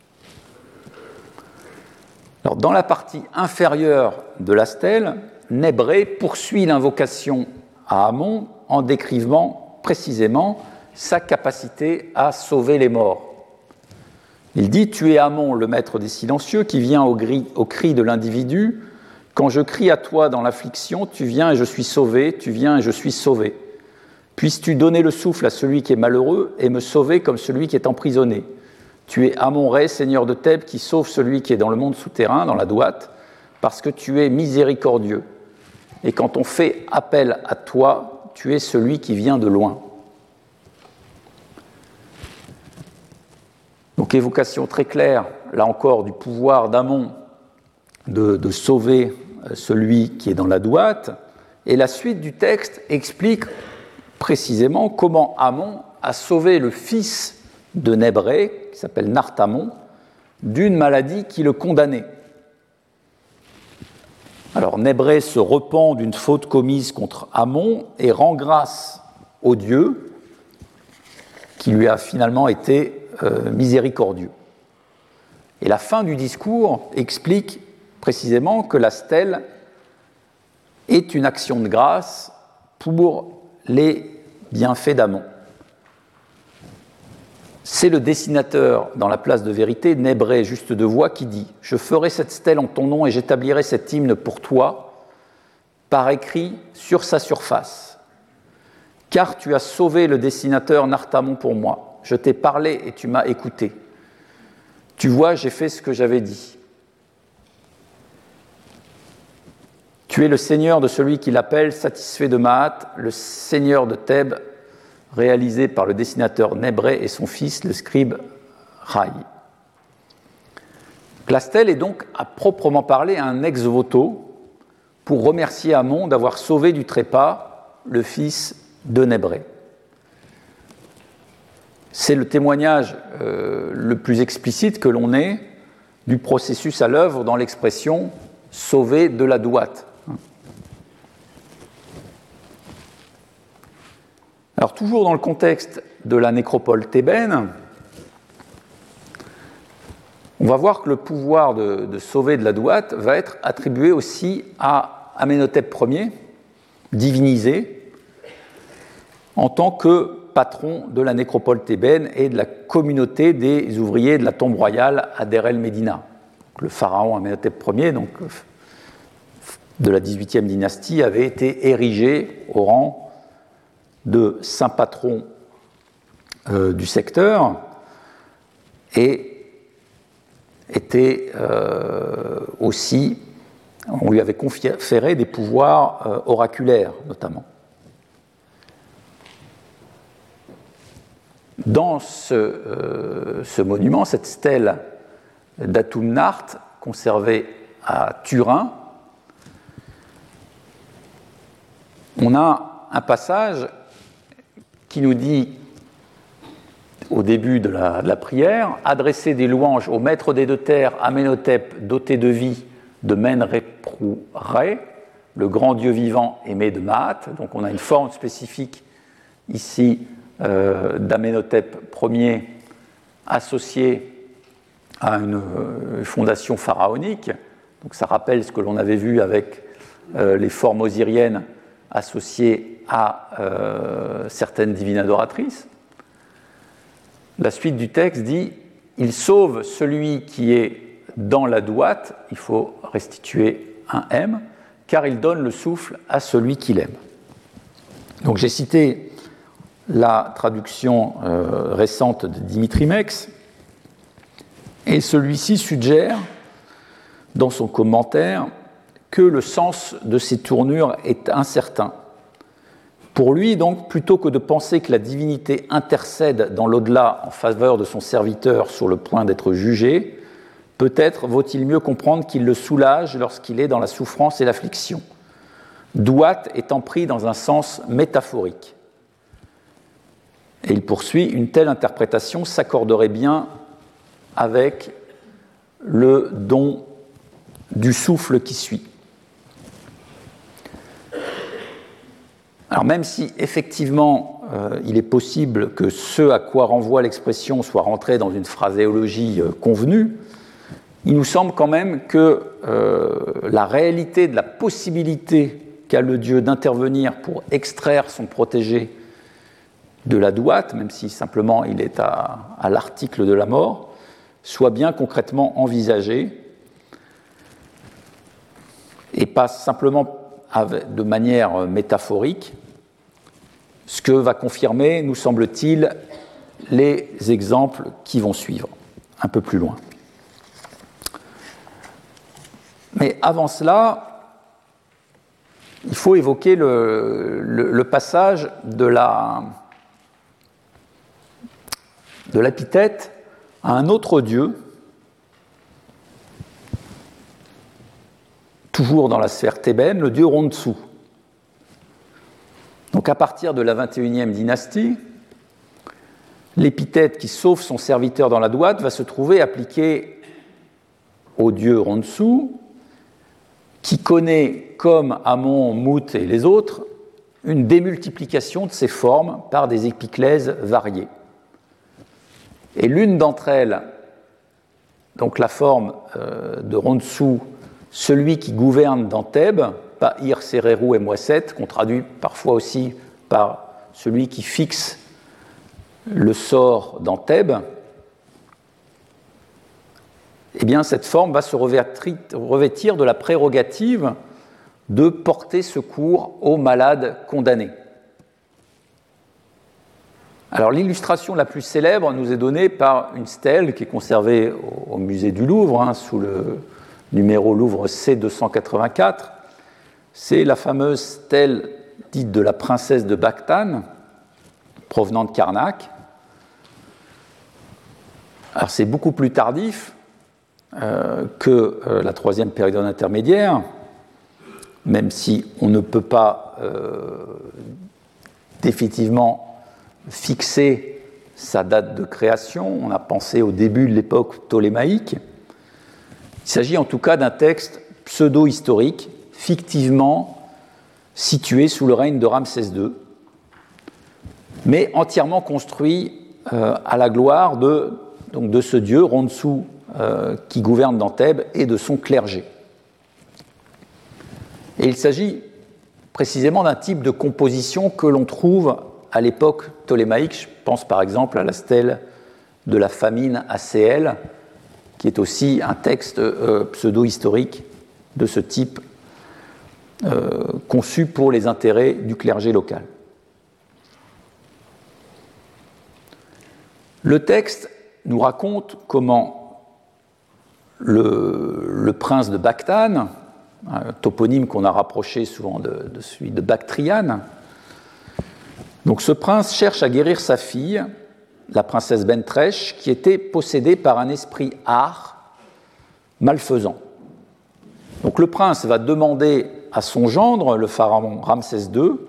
[SPEAKER 2] Alors, dans la partie inférieure de la stèle, Nébré poursuit l'invocation à Amon en décrivant précisément sa capacité à sauver les morts. Il dit « Tu es Amon, le maître des silencieux, qui vient au, gris, au cri de l'individu. Quand je crie à toi dans l'affliction, tu viens et je suis sauvé, tu viens et je suis sauvé. Puisses-tu donner le souffle à celui qui est malheureux et me sauver comme celui qui est emprisonné. Tu es Amon-Ré, seigneur de Thèbes, qui sauve celui qui est dans le monde souterrain, dans la douate, parce que tu es miséricordieux. Et quand on fait appel à toi, tu es celui qui vient de loin. » Donc évocation très claire, là encore, du pouvoir d'Amon de, de sauver celui qui est dans la douate. Et la suite du texte explique précisément comment Amon a sauvé le fils de Nébré, qui s'appelle Nartamon, d'une maladie qui le condamnait. Alors Nébré se repent d'une faute commise contre Amon et rend grâce au Dieu qui lui a finalement été euh, miséricordieux. Et la fin du discours explique précisément que la stèle est une action de grâce pour les bienfaits d'Amon. C'est le dessinateur dans la place de vérité, Nébré, juste de voix, qui dit « Je ferai cette stèle en ton nom et j'établirai cet hymne pour toi, par écrit sur sa surface. Car tu as sauvé le dessinateur Nartamon pour moi. Je t'ai parlé et tu m'as écouté. Tu vois, j'ai fait ce que j'avais dit. Tu es le seigneur de celui qui l'appelle, satisfait de Mahat, le seigneur de Thèbes, réalisé par le dessinateur Nébré et son fils, le scribe Rai. » La stèle est donc à proprement parler un ex-voto pour remercier Amon d'avoir sauvé du trépas le fils de Nébré. C'est le témoignage euh, le plus explicite que l'on ait du processus à l'œuvre dans l'expression « sauver de la douate ». Alors, toujours dans le contexte de la nécropole thébaine, on va voir que le pouvoir de, de sauver de la douate va être attribué aussi à Amenhotep Ier, divinisé, en tant que patron de la nécropole thébaine et de la communauté des ouvriers de la tombe royale à Der el-Médina. Le pharaon Amenhotep Ier, donc, de la dix-huitième dynastie, avait été érigé au rang de saint patron euh, du secteur et était euh, aussi, on lui avait conféré des pouvoirs euh, oraculaires notamment. Dans ce, euh, ce monument, cette stèle d'Atumnart, conservée à Turin, on a un passage qui nous dit, au début de la, de la prière, « Adresser des louanges au maître des deux terres, Amenhotep, doté de vie, de Men-Repru-Re, le grand Dieu vivant aimé de Mahat. » Donc on a une forme spécifique ici euh, d'Amenhotep Ier associée à une euh, fondation pharaonique. Donc ça rappelle ce que l'on avait vu avec euh, les formes osiriennes associées à euh, certaines divines adoratrices. La suite du texte dit « Il sauve celui qui est dans la douate », il faut restituer un M, « car il donne le souffle à celui qu'il aime ». Donc j'ai cité la traduction euh, récente de Dimitri Mex, et celui-ci suggère, dans son commentaire, que le sens de ces tournures est incertain. Pour lui, donc, plutôt que de penser que la divinité intercède dans l'au-delà en faveur de son serviteur sur le point d'être jugé, peut-être vaut-il mieux comprendre qu'il le soulage lorsqu'il est dans la souffrance et l'affliction, douate étant pris dans un sens métaphorique. Et il poursuit, une telle interprétation s'accorderait bien avec le don du souffle qui suit. Alors même si effectivement euh, il est possible que ce à quoi renvoie l'expression soit rentré dans une phraséologie euh, convenue, il nous semble quand même que euh, la réalité de la possibilité qu'a le Dieu d'intervenir pour extraire son protégé de la douate, même si simplement il est à, à l'article de la mort, soit bien concrètement envisagée et pas simplement avec, de manière métaphorique, ce que va confirmer, nous semble-t-il, les exemples qui vont suivre, un peu plus loin. Mais avant cela, il faut évoquer le, le, le passage de, la, de l'épithète à un autre dieu, toujours dans la sphère thébaine, le dieu Ronsu. Donc à partir de la vingt et unième dynastie, l'épithète qui sauve son serviteur dans la douate va se trouver appliquée au dieu Ronsu, qui connaît, comme Amon, Mout et les autres, une démultiplication de ses formes par des épiclèses variées. Et l'une d'entre elles, donc la forme euh, de Ronsu, celui qui gouverne dans Thèbes, pas Ir, Sererou et Mouesset, qu'on traduit parfois aussi par celui qui fixe le sort dans Thèbes, eh bien cette forme va se revêtir de la prérogative de porter secours aux malades condamnés. Alors l'illustration la plus célèbre nous est donnée par une stèle qui est conservée au musée du Louvre, hein, sous le numéro Louvre C deux cent quatre-vingt-quatre. C'est la fameuse stèle dite de la princesse de Bactane, provenant de Karnak. Alors c'est beaucoup plus tardif euh, que euh, la troisième période intermédiaire, même si on ne peut pas euh, définitivement fixer sa date de création. On a pensé au début de l'époque ptolémaïque. Il s'agit en tout cas d'un texte pseudo-historique, fictivement situé sous le règne de Ramsès deux, mais entièrement construit euh, à la gloire de, donc de ce dieu, Ronsu, euh, qui gouverne dans Thèbes, et de son clergé. Et il s'agit précisément d'un type de composition que l'on trouve à l'époque ptolémaïque. Je pense par exemple à la stèle de la famine à Céel, qui est aussi un texte euh, pseudo-historique de ce type, euh, conçu pour les intérêts du clergé local. Le texte nous raconte comment le, le prince de Bactane, un toponyme qu'on a rapproché souvent de, de celui de Bactriane, donc ce prince cherche à guérir sa fille, la princesse Bentrèche, qui était possédée par un esprit art malfaisant. Donc le prince va demander à son gendre, le pharaon Ramsès deux,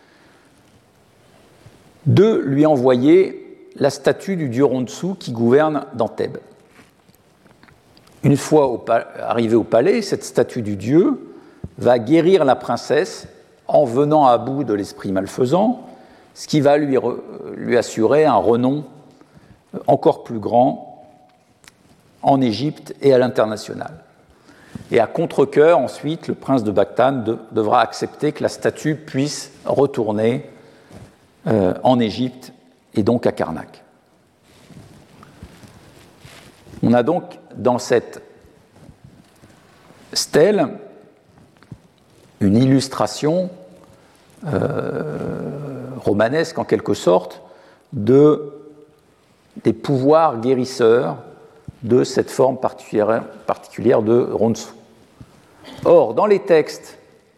[SPEAKER 2] de lui envoyer la statue du dieu Ronsu qui gouverne dans Thèbes. Une fois au pa- arrivée au palais, cette statue du dieu va guérir la princesse en venant à bout de l'esprit malfaisant, ce qui va lui, re- lui assurer un renom encore plus grand en Égypte et à l'international. Et à contre-cœur, ensuite, le prince de Bactane de, devra accepter que la statue puisse retourner euh, en Égypte et donc à Karnak. On a donc dans cette stèle une illustration euh, romanesque en quelque sorte de, des pouvoirs guérisseurs de cette forme particulière, particulière de Ronsu. Or, dans les textes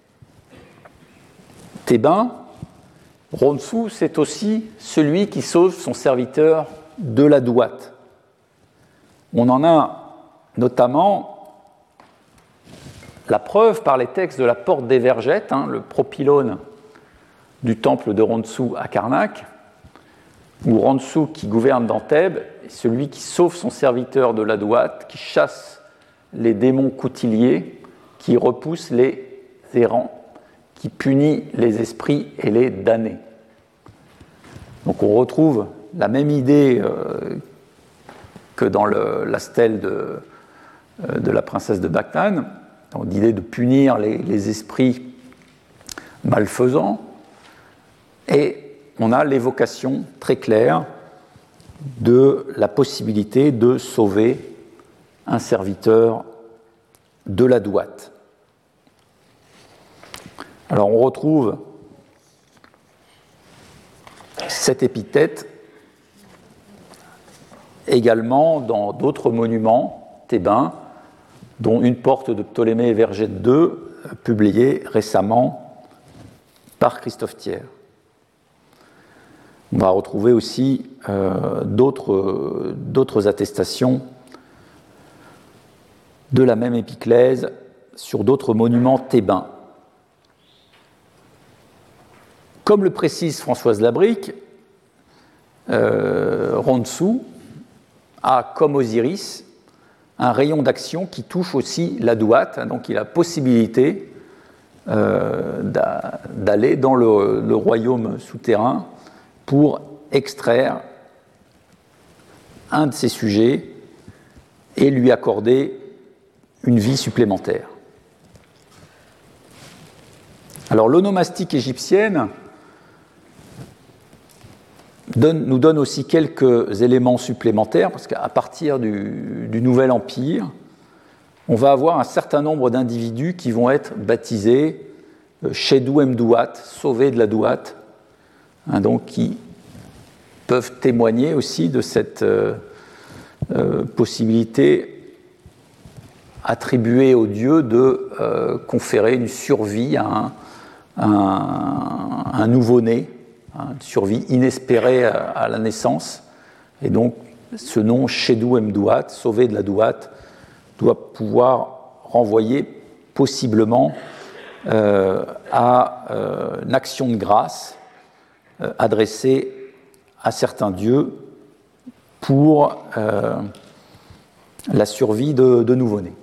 [SPEAKER 2] thébains, Ronsu, c'est aussi celui qui sauve son serviteur de la douate. On en a notamment la preuve par les textes de la porte des Vergettes, hein, le propylône du temple de Ronsu à Karnak, où Ronsu, qui gouverne dans Thèbes, est celui qui sauve son serviteur de la douate, qui chasse les démons coutiliers, qui repousse les errants, qui punit les esprits et les damnés. Donc on retrouve la même idée euh, que dans le, la stèle de, euh, de la princesse de Bactane, donc l'idée de punir les, les esprits malfaisants, et on a l'évocation très claire de la possibilité de sauver un serviteur de la douate. Alors on retrouve cette épithète également dans d'autres monuments thébains, dont une porte de Ptolémée et Vergette deux, publiée récemment par Christophe Thiers. On va retrouver aussi euh, d'autres, euh, d'autres attestations de la même épiclèse sur d'autres monuments thébains. Comme le précise Françoise Labrique, euh, Rontsou a, comme Osiris, un rayon d'action qui touche aussi la Duat, hein, donc il a la possibilité euh, d'aller dans le, le royaume souterrain pour extraire un de ses sujets et lui accorder une vie supplémentaire. Alors l'onomastique égyptienne donne, nous donne aussi quelques éléments supplémentaires, parce qu'à partir du, du Nouvel Empire, on va avoir un certain nombre d'individus qui vont être baptisés Shedou Mdouat, sauvés de la Douat, hein, donc qui peuvent témoigner aussi de cette euh, euh, possibilité attribuée aux dieux de euh, conférer une survie à un, un, un nouveau-né, une survie inespérée à, à la naissance. Et donc, ce nom Shedou Mdouat, sauvé de la Douat, doit pouvoir renvoyer possiblement euh, à euh, une action de grâce euh, adressée à certains dieux pour euh, la survie de, de nouveau-nés.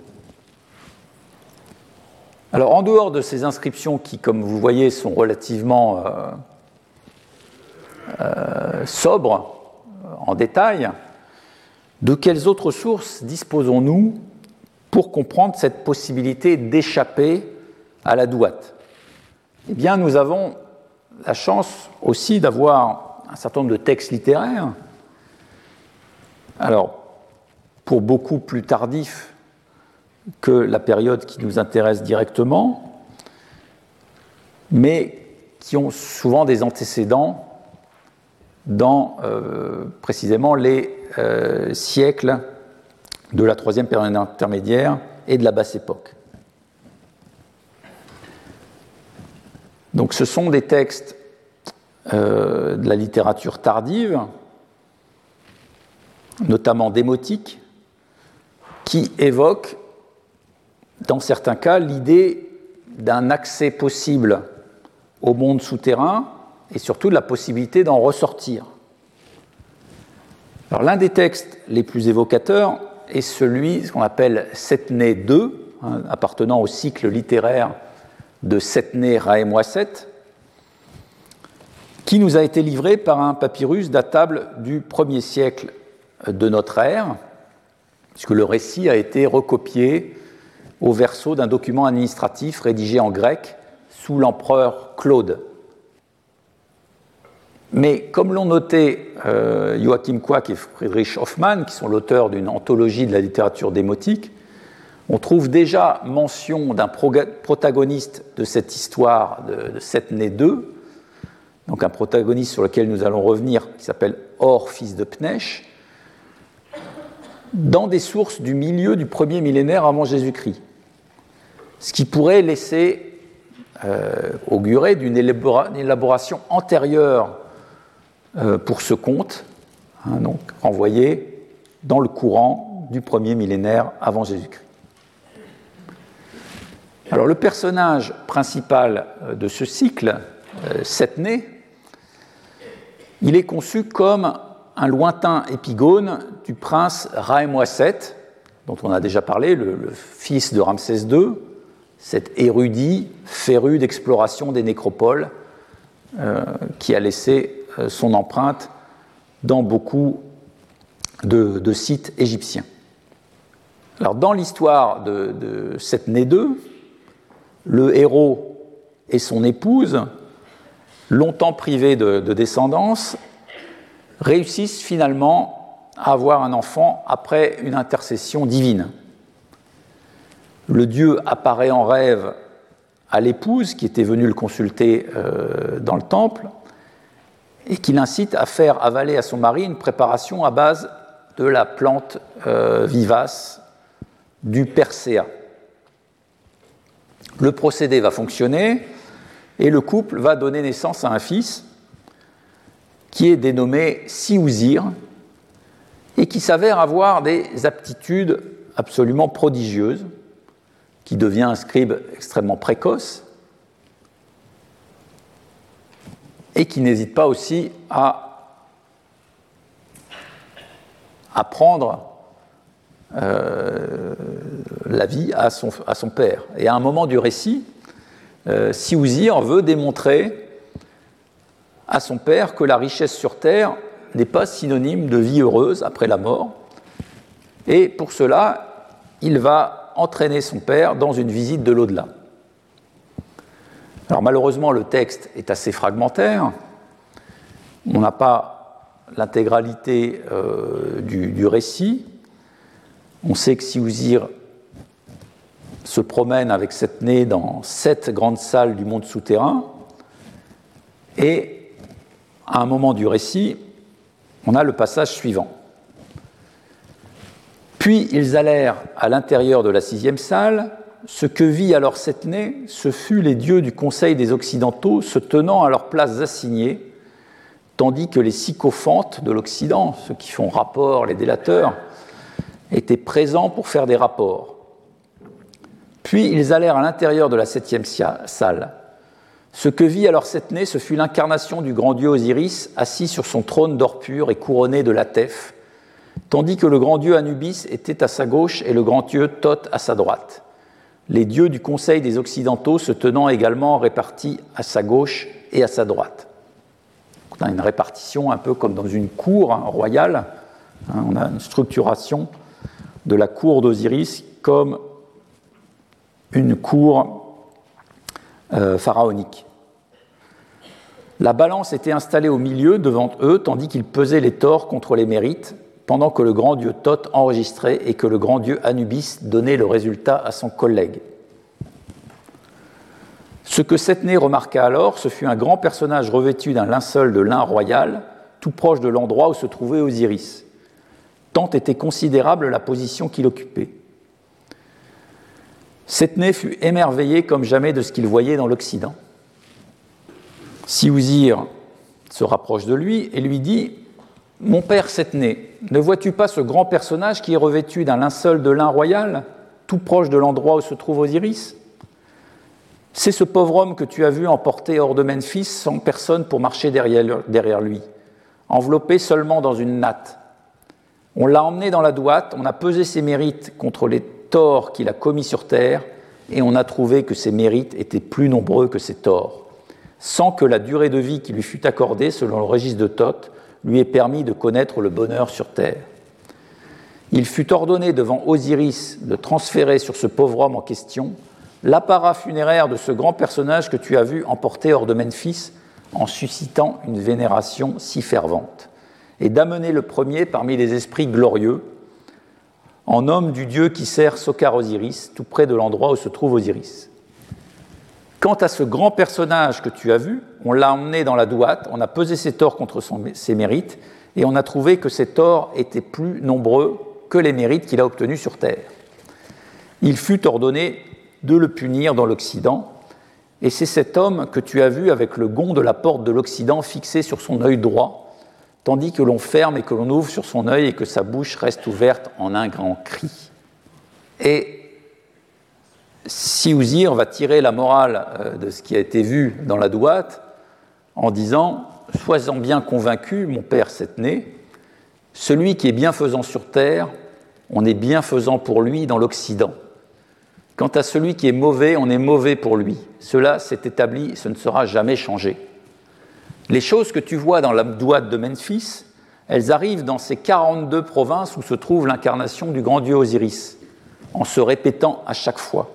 [SPEAKER 2] Alors, en dehors de ces inscriptions qui, comme vous voyez, sont relativement euh, euh, sobres en détail, de quelles autres sources disposons-nous pour comprendre cette possibilité d'échapper à la Douat? Eh bien, nous avons la chance aussi d'avoir un certain nombre de textes littéraires, alors pour beaucoup plus tardifs que la période qui nous intéresse directement, mais qui ont souvent des antécédents dans euh, précisément les euh, siècles de la troisième période intermédiaire et de la basse époque. Donc ce sont des textes euh, de la littérature tardive, notamment démotique, qui évoquent, dans certains cas, l'idée d'un accès possible au monde souterrain et surtout de la possibilité d'en ressortir. Alors, l'un des textes les plus évocateurs est celui ce qu'on appelle Setné deux, hein, appartenant au cycle littéraire de Setné Raémoisset, qui nous a été livré par un papyrus datable du premier siècle de notre ère, puisque le récit a été recopié au verso d'un document administratif rédigé en grec sous l'empereur Claude. Mais comme l'ont noté euh, Joachim Quack et Friedrich Hoffmann, qui sont l'auteur d'une anthologie de la littérature démotique, on trouve déjà mention d'un protagoniste de cette histoire de, de Setné deux, donc un protagoniste sur lequel nous allons revenir, qui s'appelle Or, fils de Pnèche, dans des sources du milieu du premier millénaire avant Jésus-Christ, ce qui pourrait laisser euh, augurer d'une élabora- élaboration antérieure euh, pour ce conte, hein, donc envoyé dans le courant du premier millénaire avant Jésus-Christ. Alors le personnage principal de ce cycle, euh, Setné, il est conçu comme un lointain épigone du prince Raémoisset, dont on a déjà parlé, le, le fils de Ramsès deux, cet érudit féru d'exploration des nécropoles euh, qui a laissé euh, son empreinte dans beaucoup de, de sites égyptiens. Alors, dans l'histoire de, de Setné deux, le héros et son épouse, longtemps privés de, de descendance, réussissent finalement à avoir un enfant après une intercession divine. Le dieu apparaît en rêve à l'épouse qui était venue le consulter euh, dans le temple et qui l'incite à faire avaler à son mari une préparation à base de la plante euh, vivace du persea. Le procédé va fonctionner et le couple va donner naissance à un fils qui est dénommé Siouzir et qui s'avère avoir des aptitudes absolument prodigieuses, qui devient un scribe extrêmement précoce et qui n'hésite pas aussi à apprendre euh, la vie à son, à son père. Et à un moment du récit, euh, Siouzir veut démontrer à son père que la richesse sur terre n'est pas synonyme de vie heureuse après la mort. Et pour cela, il va entraîner son père dans une visite de l'au-delà. Alors malheureusement, le texte est assez fragmentaire. On n'a pas l'intégralité euh, du, du récit. On sait que Siouzir se promène avec Setné dans sept grandes salles du monde souterrain. Et à un moment du récit, on a le passage suivant. Puis ils allèrent à l'intérieur de la sixième salle. Ce que vit alors Setné, ce fut les dieux du Conseil des Occidentaux se tenant à leurs places assignées, tandis que les sycophantes de l'Occident, ceux qui font rapport, les délateurs, étaient présents pour faire des rapports. Puis ils allèrent à l'intérieur de la septième salle. Ce que vit alors Setné, ce fut l'incarnation du grand dieu Osiris, assis sur son trône d'or pur et couronné de latef, tandis que le grand dieu Anubis était à sa gauche et le grand dieu Thoth à sa droite. Les dieux du Conseil des Occidentaux se tenant également répartis à sa gauche et à sa droite. On a une répartition un peu comme dans une cour hein, royale. Hein, on a une structuration de la cour d'Osiris comme une cour euh, pharaonique. La balance était installée au milieu devant eux, tandis qu'ils pesaient les torts contre les mérites, pendant que le grand dieu Thoth enregistrait et que le grand dieu Anubis donnait le résultat à son collègue. Ce que Setné remarqua alors, ce fut un grand personnage revêtu d'un linceul de lin royal, tout proche de l'endroit où se trouvait Osiris. Tant était considérable la position qu'il occupait. Setné fut émerveillé comme jamais de ce qu'il voyait dans l'Occident. Siouzir se rapproche de lui et lui dit « Mon père Setné, ne vois-tu pas ce grand personnage qui est revêtu d'un linceul de lin royal, tout proche de l'endroit où se trouve Osiris ? C'est ce pauvre homme que tu as vu emporté hors de Memphis sans personne pour marcher derrière, derrière lui, enveloppé seulement dans une natte. On l'a emmené dans la douate, on a pesé ses mérites contre les torts qu'il a commis sur terre, et on a trouvé que ses mérites étaient plus nombreux que ses torts, sans que la durée de vie qui lui fut accordée, selon le registre de Thoth, lui ait permis de connaître le bonheur sur terre. Il fut ordonné devant Osiris de transférer sur ce pauvre homme en question l'apparat funéraire de ce grand personnage que tu as vu emporté hors de Memphis en suscitant une vénération si fervente, et d'amener le premier parmi les esprits glorieux, en homme du dieu qui sert Sokar Osiris, tout près de l'endroit où se trouve Osiris. Quant à ce grand personnage que tu as vu, on l'a emmené dans la douate, on a pesé ses torts contre son, ses mérites, et on a trouvé que ses torts étaient plus nombreux que les mérites qu'il a obtenus sur terre. Il fut ordonné de le punir dans l'Occident, et c'est cet homme que tu as vu avec le gond de la porte de l'Occident fixé sur son œil droit, tandis que l'on ferme et que l'on ouvre sur son œil et que sa bouche reste ouverte en un grand cri. » Et Siouzir va tirer la morale de ce qui a été vu dans la douate en disant « Sois-en bien convaincu, mon père Setné, celui qui est bienfaisant sur terre, on est bienfaisant pour lui dans l'Occident. Quant à celui qui est mauvais, on est mauvais pour lui. Cela s'est établi, ce ne sera jamais changé. Les choses que tu vois dans la douate de Memphis, elles arrivent dans ces quarante-deux provinces où se trouve l'incarnation du grand dieu Osiris, en se répétant à chaque fois.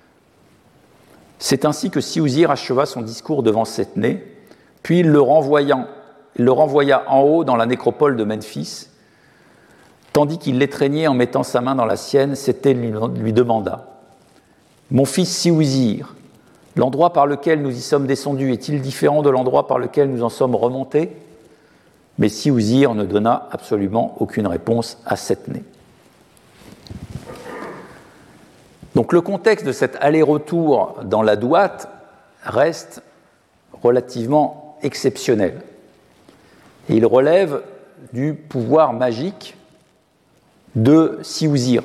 [SPEAKER 2] C'est ainsi que Siouzir acheva son discours devant Setné, puis il le, renvoya, il le renvoya en haut dans la nécropole de Memphis, tandis qu'il l'étreignait en mettant sa main dans la sienne, Setné lui, lui demanda « Mon fils Siouzir, l'endroit par lequel nous y sommes descendus est-il différent de l'endroit par lequel nous en sommes remontés ?» Mais Siouzir ne donna absolument aucune réponse à Setné. Donc le contexte de cet aller-retour dans la douate reste relativement exceptionnel. Et il relève du pouvoir magique de Siouzir,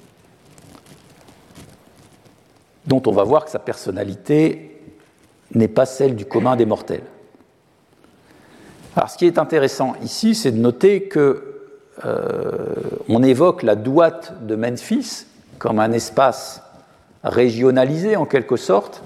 [SPEAKER 2] dont on va voir que sa personnalité n'est pas celle du commun des mortels. Alors, ce qui est intéressant ici, c'est de noter que euh, on évoque la douate de Memphis comme un espace régionalisé en quelque sorte,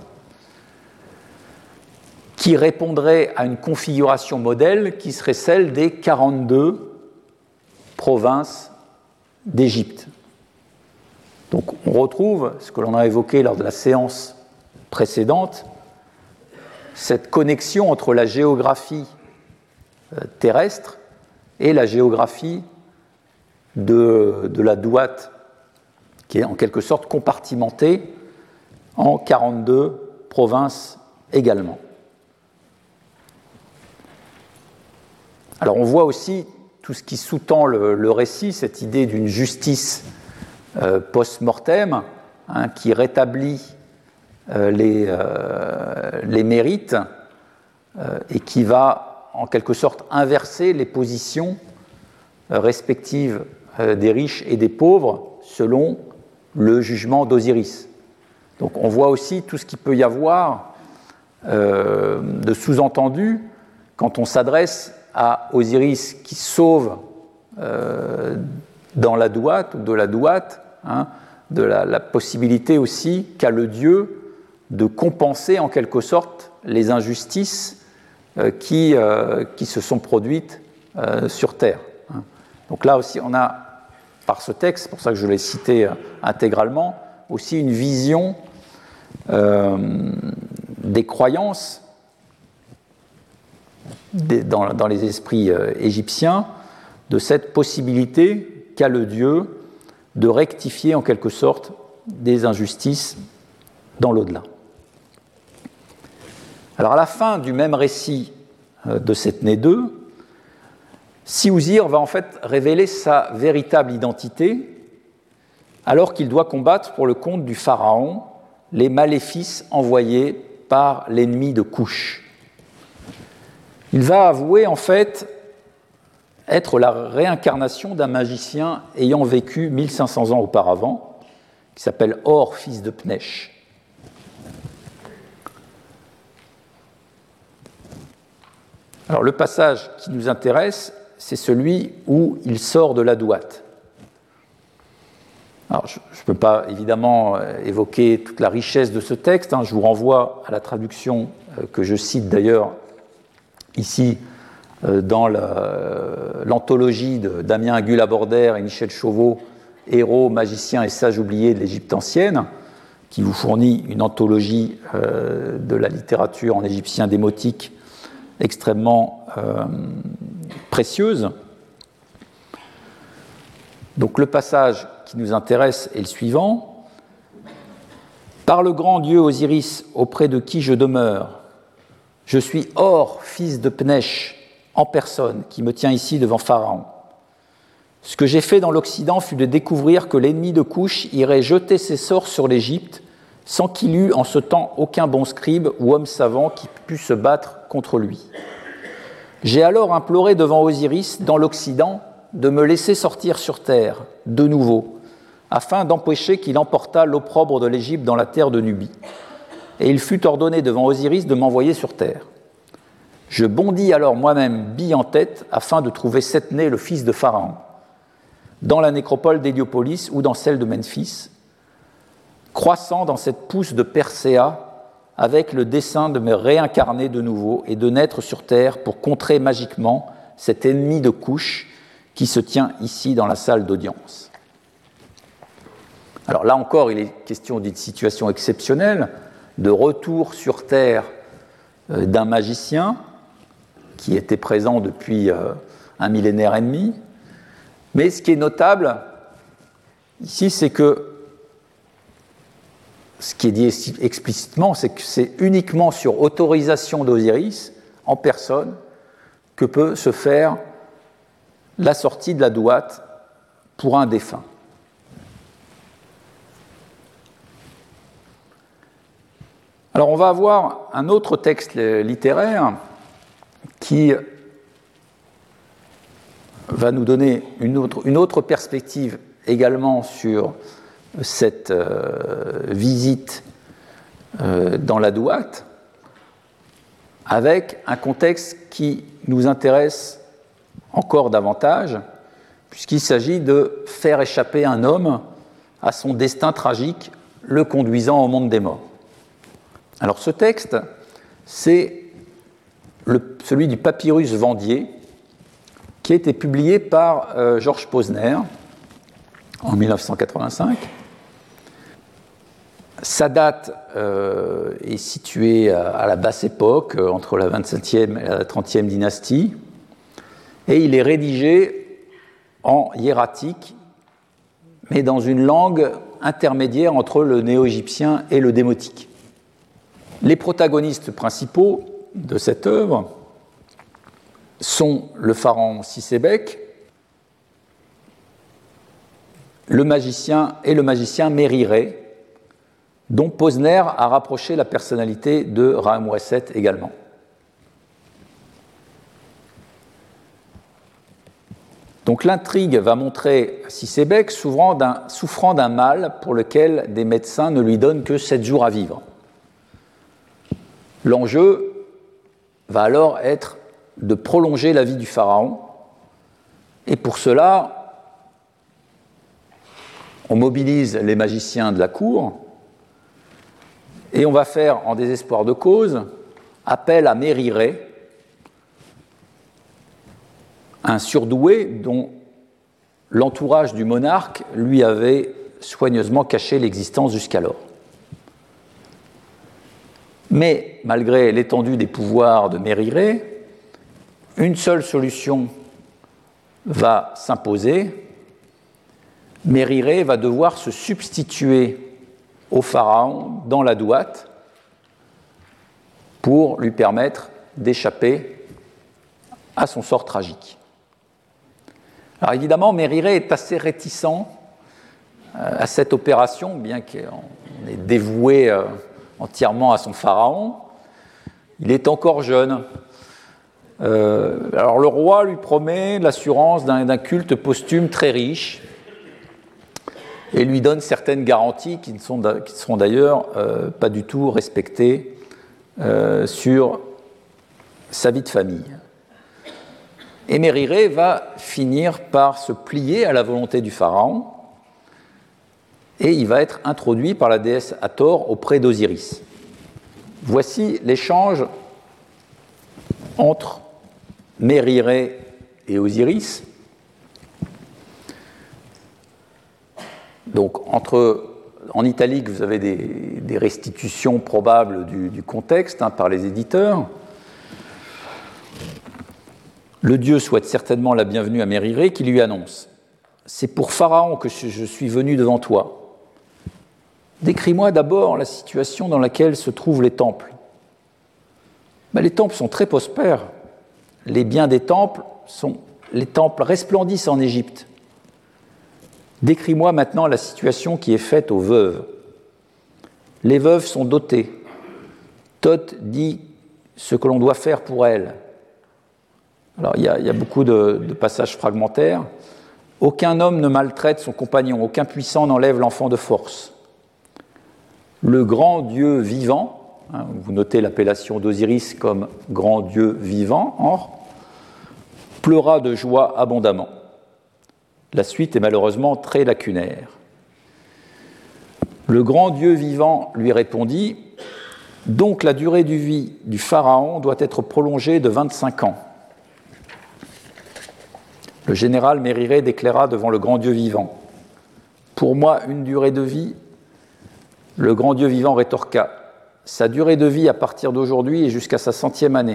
[SPEAKER 2] qui répondrait à une configuration modèle qui serait celle des quarante-deux provinces d'Égypte. Donc on retrouve ce que l'on a évoqué lors de la séance précédente, cette connexion entre la géographie terrestre et la géographie de, de la douate, qui est en quelque sorte compartimentée en quarante-deux provinces également. Alors on voit aussi tout ce qui sous-tend le, le récit, cette idée d'une justice euh, post-mortem, hein, qui rétablit euh, les, euh, les mérites euh, et qui va en quelque sorte inverser les positions euh, respectives euh, des riches et des pauvres selon le jugement d'Osiris. Donc on voit aussi tout ce qu'il peut y avoir euh, de sous-entendu quand on s'adresse à Osiris qui sauve euh, dans la douate ou de la douate, hein, de la, la possibilité aussi qu'a le dieu de compenser en quelque sorte les injustices euh, qui, euh, qui se sont produites euh, sur Terre. Hein. Donc là aussi on a, par ce texte, c'est pour ça que je l'ai cité euh, intégralement, aussi une vision euh, des croyances Dans, dans les esprits euh, égyptiens, de cette possibilité qu'a le dieu de rectifier en quelque sorte des injustices dans l'au-delà. Alors à la fin du même récit euh, de Setné deux, Siouzir va en fait révéler sa véritable identité alors qu'il doit combattre pour le compte du pharaon les maléfices envoyés par l'ennemi de Couche. Il va avouer en fait être la réincarnation d'un magicien ayant vécu mille cinq cents ans auparavant, qui s'appelle Or, fils de Pnèche. Alors le passage qui nous intéresse, c'est celui où il sort de la douate. Alors, je ne peux pas évidemment évoquer toute la richesse de ce texte, hein, je vous renvoie à la traduction que je cite d'ailleurs ici, euh, dans la, l'anthologie de Damien Gull-Abordère et Michel Chauveau, Héros, magiciens et sages oubliés de l'Égypte ancienne, qui vous fournit une anthologie euh, de la littérature en égyptien démotique extrêmement euh, précieuse. Donc le passage qui nous intéresse est le suivant. « Par le grand Dieu Osiris, auprès de qui je demeure, je suis Or, fils de Pnèche, en personne, qui me tient ici devant Pharaon. Ce que j'ai fait dans l'Occident fut de découvrir que l'ennemi de Couche irait jeter ses sorts sur l'Égypte, sans qu'il eût en ce temps aucun bon scribe ou homme savant qui pût se battre contre lui. J'ai alors imploré devant Osiris, dans l'Occident, de me laisser sortir sur terre, de nouveau, afin d'empêcher qu'il emportât l'opprobre de l'Égypte dans la terre de Nubie. Et il fut ordonné devant Osiris de m'envoyer sur terre. Je bondis alors moi-même, bille en tête, afin de trouver Setné, le fils de Pharaon, dans la nécropole d'Héliopolis ou dans celle de Memphis, croissant dans cette pousse de Perséa, avec le dessein de me réincarner de nouveau et de naître sur terre pour contrer magiquement cet ennemi de Couche qui se tient ici dans la salle d'audience. Alors là encore, il est question d'une situation exceptionnelle, de retour sur terre euh, d'un magicien qui était présent depuis euh, un millénaire et demi. Mais ce qui est notable ici, c'est que ce qui est dit explicitement, c'est que c'est uniquement sur autorisation d'Osiris, en personne, que peut se faire la sortie de la douate pour un défunt. Alors on va avoir un autre texte littéraire qui va nous donner une autre, une autre perspective également sur cette euh, visite euh, dans la Douat, avec un contexte qui nous intéresse encore davantage, puisqu'il s'agit de faire échapper un homme à son destin tragique, le conduisant au monde des morts. Alors ce texte, c'est le, celui du papyrus Vendier, qui a été publié par euh, Georges Posner en mille neuf cent quatre-vingt-cinq. Sa date euh, est située à, à la basse époque, euh, entre la vingt-septième et la trentième dynastie, et il est rédigé en hiératique, mais dans une langue intermédiaire entre le néo-égyptien et le démotique. Les protagonistes principaux de cette œuvre sont le pharaon Sisebek, le magicien et le magicien Mériré, dont Posner a rapproché la personnalité de Ra-Mouresset également. Donc l'intrigue va montrer Sisebek souffrant d'un, souffrant d'un mal pour lequel des médecins ne lui donnent que sept jours à vivre. L'enjeu va alors être de prolonger la vie du pharaon, et pour cela, on mobilise les magiciens de la cour, et on va faire, en désespoir de cause, appel à Mériré, un surdoué dont l'entourage du monarque lui avait soigneusement caché l'existence jusqu'alors. Mais malgré l'étendue des pouvoirs de Mériré, une seule solution va s'imposer. Mériré va devoir se substituer au pharaon dans la Douat pour lui permettre d'échapper à son sort tragique. Alors évidemment, Mériré est assez réticent à cette opération, bien qu'on ait dévoué entièrement à son pharaon. Il est encore jeune. Euh, alors le roi lui promet l'assurance d'un, d'un culte posthume très riche et lui donne certaines garanties qui ne sont, qui seront d'ailleurs euh, pas du tout respectées euh, sur sa vie de famille. Et Mériré va finir par se plier à la volonté du pharaon et il va être introduit par la déesse Hathor auprès d'Osiris. Voici l'échange entre Mériré et Osiris. Donc, entre, en italique, vous avez des, des restitutions probables du, du contexte hein, par les éditeurs. Le dieu souhaite certainement la bienvenue à Mériré qui lui annonce « C'est pour Pharaon que je suis venu devant toi. Décris-moi d'abord la situation dans laquelle se trouvent les temples. Ben, les temples sont très prospères. Les biens des temples sont... Les temples resplendissent en Égypte. Décris-moi maintenant la situation qui est faite aux veuves. Les veuves sont dotées. Thoth dit ce que l'on doit faire pour elles. » Alors, il y a, il y a beaucoup de, de passages fragmentaires. « Aucun homme ne maltraite son compagnon, aucun puissant n'enlève l'enfant de force. Le grand Dieu vivant, hein, vous notez l'appellation d'Osiris comme grand Dieu vivant, or, pleura de joie abondamment. La suite est malheureusement très lacunaire. Le grand Dieu vivant lui répondit « Donc la durée de vie du pharaon doit être prolongée de vingt-cinq ans. » Le général Mériré déclara devant le grand Dieu vivant « Pour moi, une durée de vie ?» Le grand Dieu vivant rétorqua « Sa durée de vie à partir d'aujourd'hui est jusqu'à sa centième année. »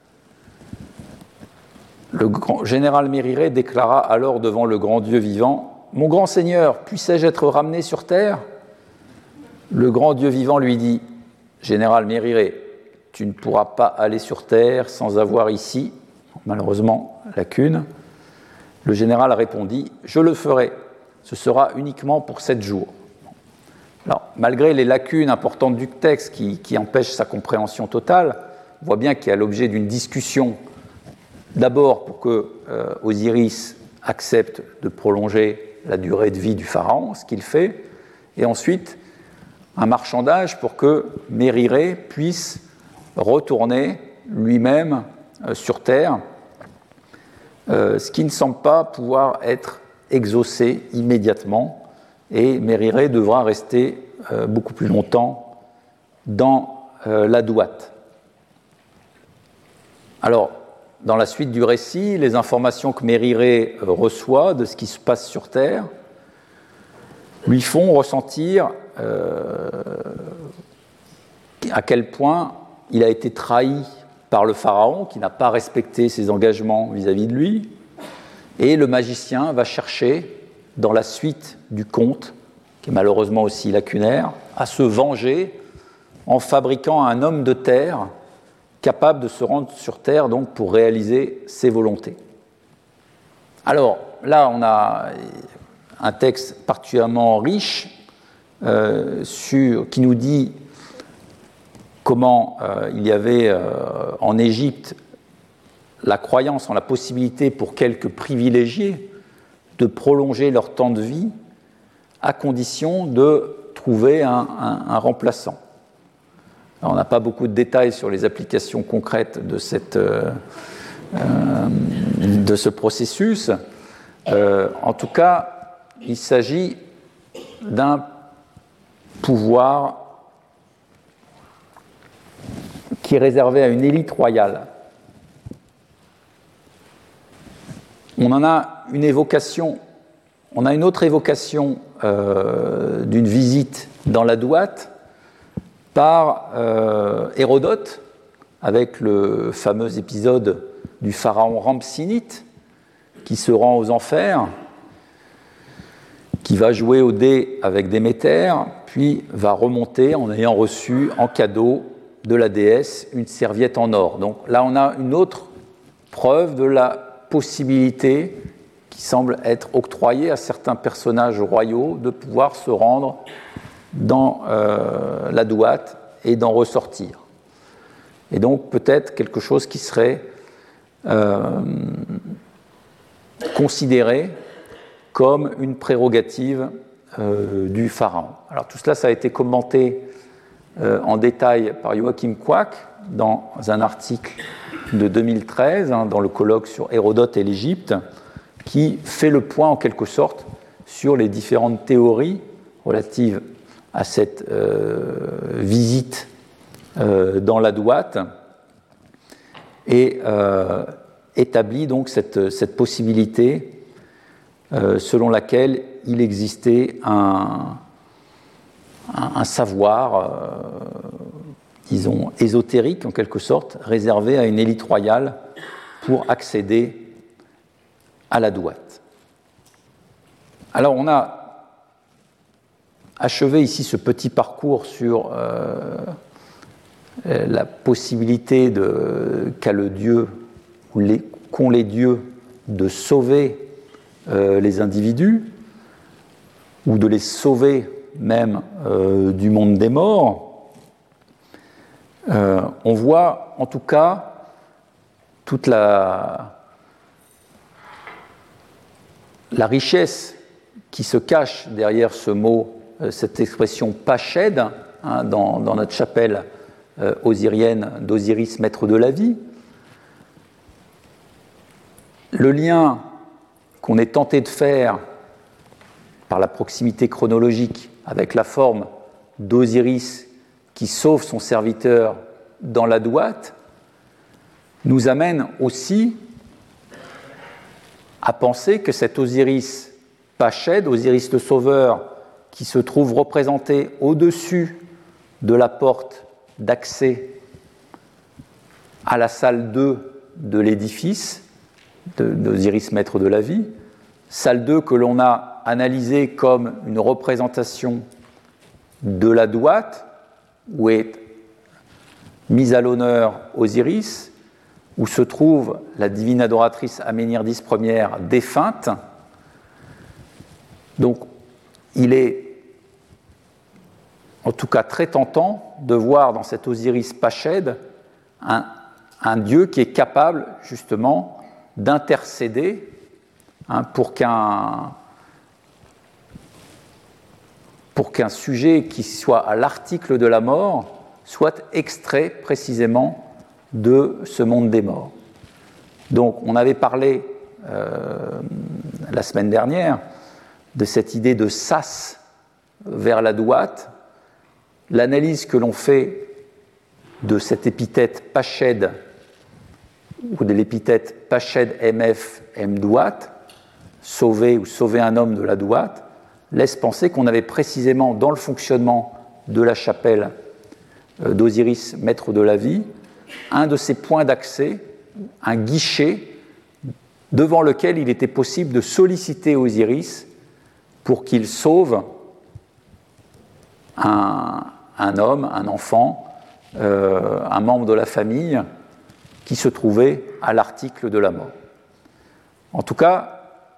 [SPEAKER 2] Le grand général Mériré déclara alors devant le grand Dieu vivant « Mon grand Seigneur, puissais-je être ramené sur terre ?» Le grand Dieu vivant lui dit « Général Mériré, tu ne pourras pas aller sur terre sans avoir ici, malheureusement, lacune. » Le général répondit « Je le ferai, ce sera uniquement pour sept jours. » Alors, malgré les lacunes importantes du texte qui, qui empêchent sa compréhension totale, on voit bien qu'il y a l'objet d'une discussion, d'abord pour que euh, Osiris accepte de prolonger la durée de vie du pharaon, ce qu'il fait, et ensuite un marchandage pour que Mérirée puisse retourner lui-même euh, sur Terre, euh, ce qui ne semble pas pouvoir être exaucé immédiatement, et Mérirée devra rester euh, beaucoup plus longtemps dans euh, la Douate. Alors, dans la suite du récit, les informations que Mérirée euh, reçoit de ce qui se passe sur Terre lui font ressentir euh, à quel point il a été trahi par le pharaon, qui n'a pas respecté ses engagements vis-à-vis de lui, et le magicien va chercher, dans la suite du conte, qui est malheureusement aussi lacunaire, à se venger en fabriquant un homme de terre capable de se rendre sur Terre donc, pour réaliser ses volontés. Alors, là, on a un texte particulièrement riche euh, sur, qui nous dit comment euh, il y avait euh, en Égypte la croyance en la possibilité pour quelques privilégiés de prolonger leur temps de vie à condition de trouver un, un, un remplaçant. Alors, on n'a pas beaucoup de détails sur les applications concrètes de, cette, euh, euh, de ce processus. Euh, en tout cas, il s'agit d'un pouvoir qui est réservé à une élite royale. On en a une évocation, on a une autre évocation euh, d'une visite dans la Douate par euh, Hérodote, avec le fameux épisode du pharaon Rampsinite, qui se rend aux enfers, qui va jouer au dé avec Déméter, puis va remonter en ayant reçu en cadeau de la déesse une serviette en or. Donc là, on a une autre preuve de la possibilité qui semble être octroyée à certains personnages royaux de pouvoir se rendre dans euh, la Douate et d'en ressortir. Et donc peut-être quelque chose qui serait euh, considéré comme une prérogative euh, du pharaon. Alors tout cela, ça a été commenté euh, en détail par Joachim Quack dans un article de deux mille treize, hein, dans le colloque sur Hérodote et l'Égypte, qui fait le point en quelque sorte sur les différentes théories relatives à cette euh, visite euh, dans la Douate et euh, établit donc cette, cette possibilité euh, selon laquelle il existait un, un, un savoir, euh, disons, ésotérique en quelque sorte, réservé à une élite royale pour accéder à la Douate. Alors on a achevé ici ce petit parcours sur euh, la possibilité de, qu'a le dieu, ou les, qu'ont les dieux de sauver euh, les individus, ou de les sauver même euh, du monde des morts. Euh, on voit en tout cas toute la, la richesse qui se cache derrière ce mot, cette expression pached, hein, dans, dans notre chapelle euh, osirienne d'Osiris, maître de la vie. Le lien qu'on est tenté de faire par la proximité chronologique avec la forme d'Osiris qui sauve son serviteur dans la Douate nous amène aussi à penser que cet Osiris pached, Osiris le sauveur, qui se trouve représenté au-dessus de la porte d'accès à la salle deux de l'édifice d'Osiris, maître de la vie, salle deux que l'on a analysée comme une représentation de la Douate, où est mise à l'honneur Osiris, où se trouve la divine adoratrice Aménirdis première défunte. Donc, il est en tout cas très tentant de voir dans cet Osiris pached un, un dieu qui est capable justement d'intercéder hein, pour qu'un pour qu'un sujet qui soit à l'article de la mort soit extrait précisément de ce monde des morts. Donc on avait parlé euh, la semaine dernière de cette idée de sas vers la douate. L'analyse que l'on fait de cette épithète Pached ou de l'épithète Pached M F M douate, sauver ou sauver un homme de la douate, laisse penser qu'on avait précisément dans le fonctionnement de la chapelle d'Osiris, maître de la vie, un de ces points d'accès, un guichet devant lequel il était possible de solliciter Osiris pour qu'il sauve un, un homme, un enfant, euh, un membre de la famille qui se trouvait à l'article de la mort. En tout cas,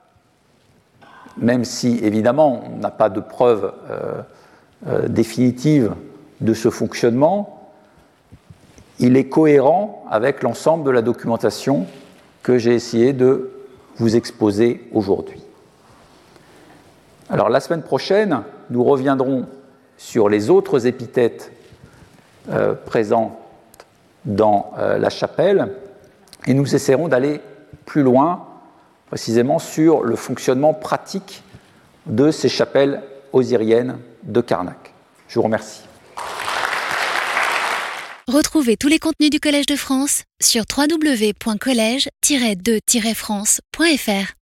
[SPEAKER 2] même si évidemment on n'a pas de preuve euh, euh, définitive de ce fonctionnement, il est cohérent avec l'ensemble de la documentation que j'ai essayé de vous exposer aujourd'hui. Alors la semaine prochaine, nous reviendrons sur les autres épithètes euh, présentes dans euh, la chapelle et nous essaierons d'aller plus loin, précisément sur le fonctionnement pratique de ces chapelles osiriennes de Karnak. Je vous remercie.
[SPEAKER 1] Retrouvez tous les contenus du Collège de France sur w w w point collège tiret de tiret france point f r.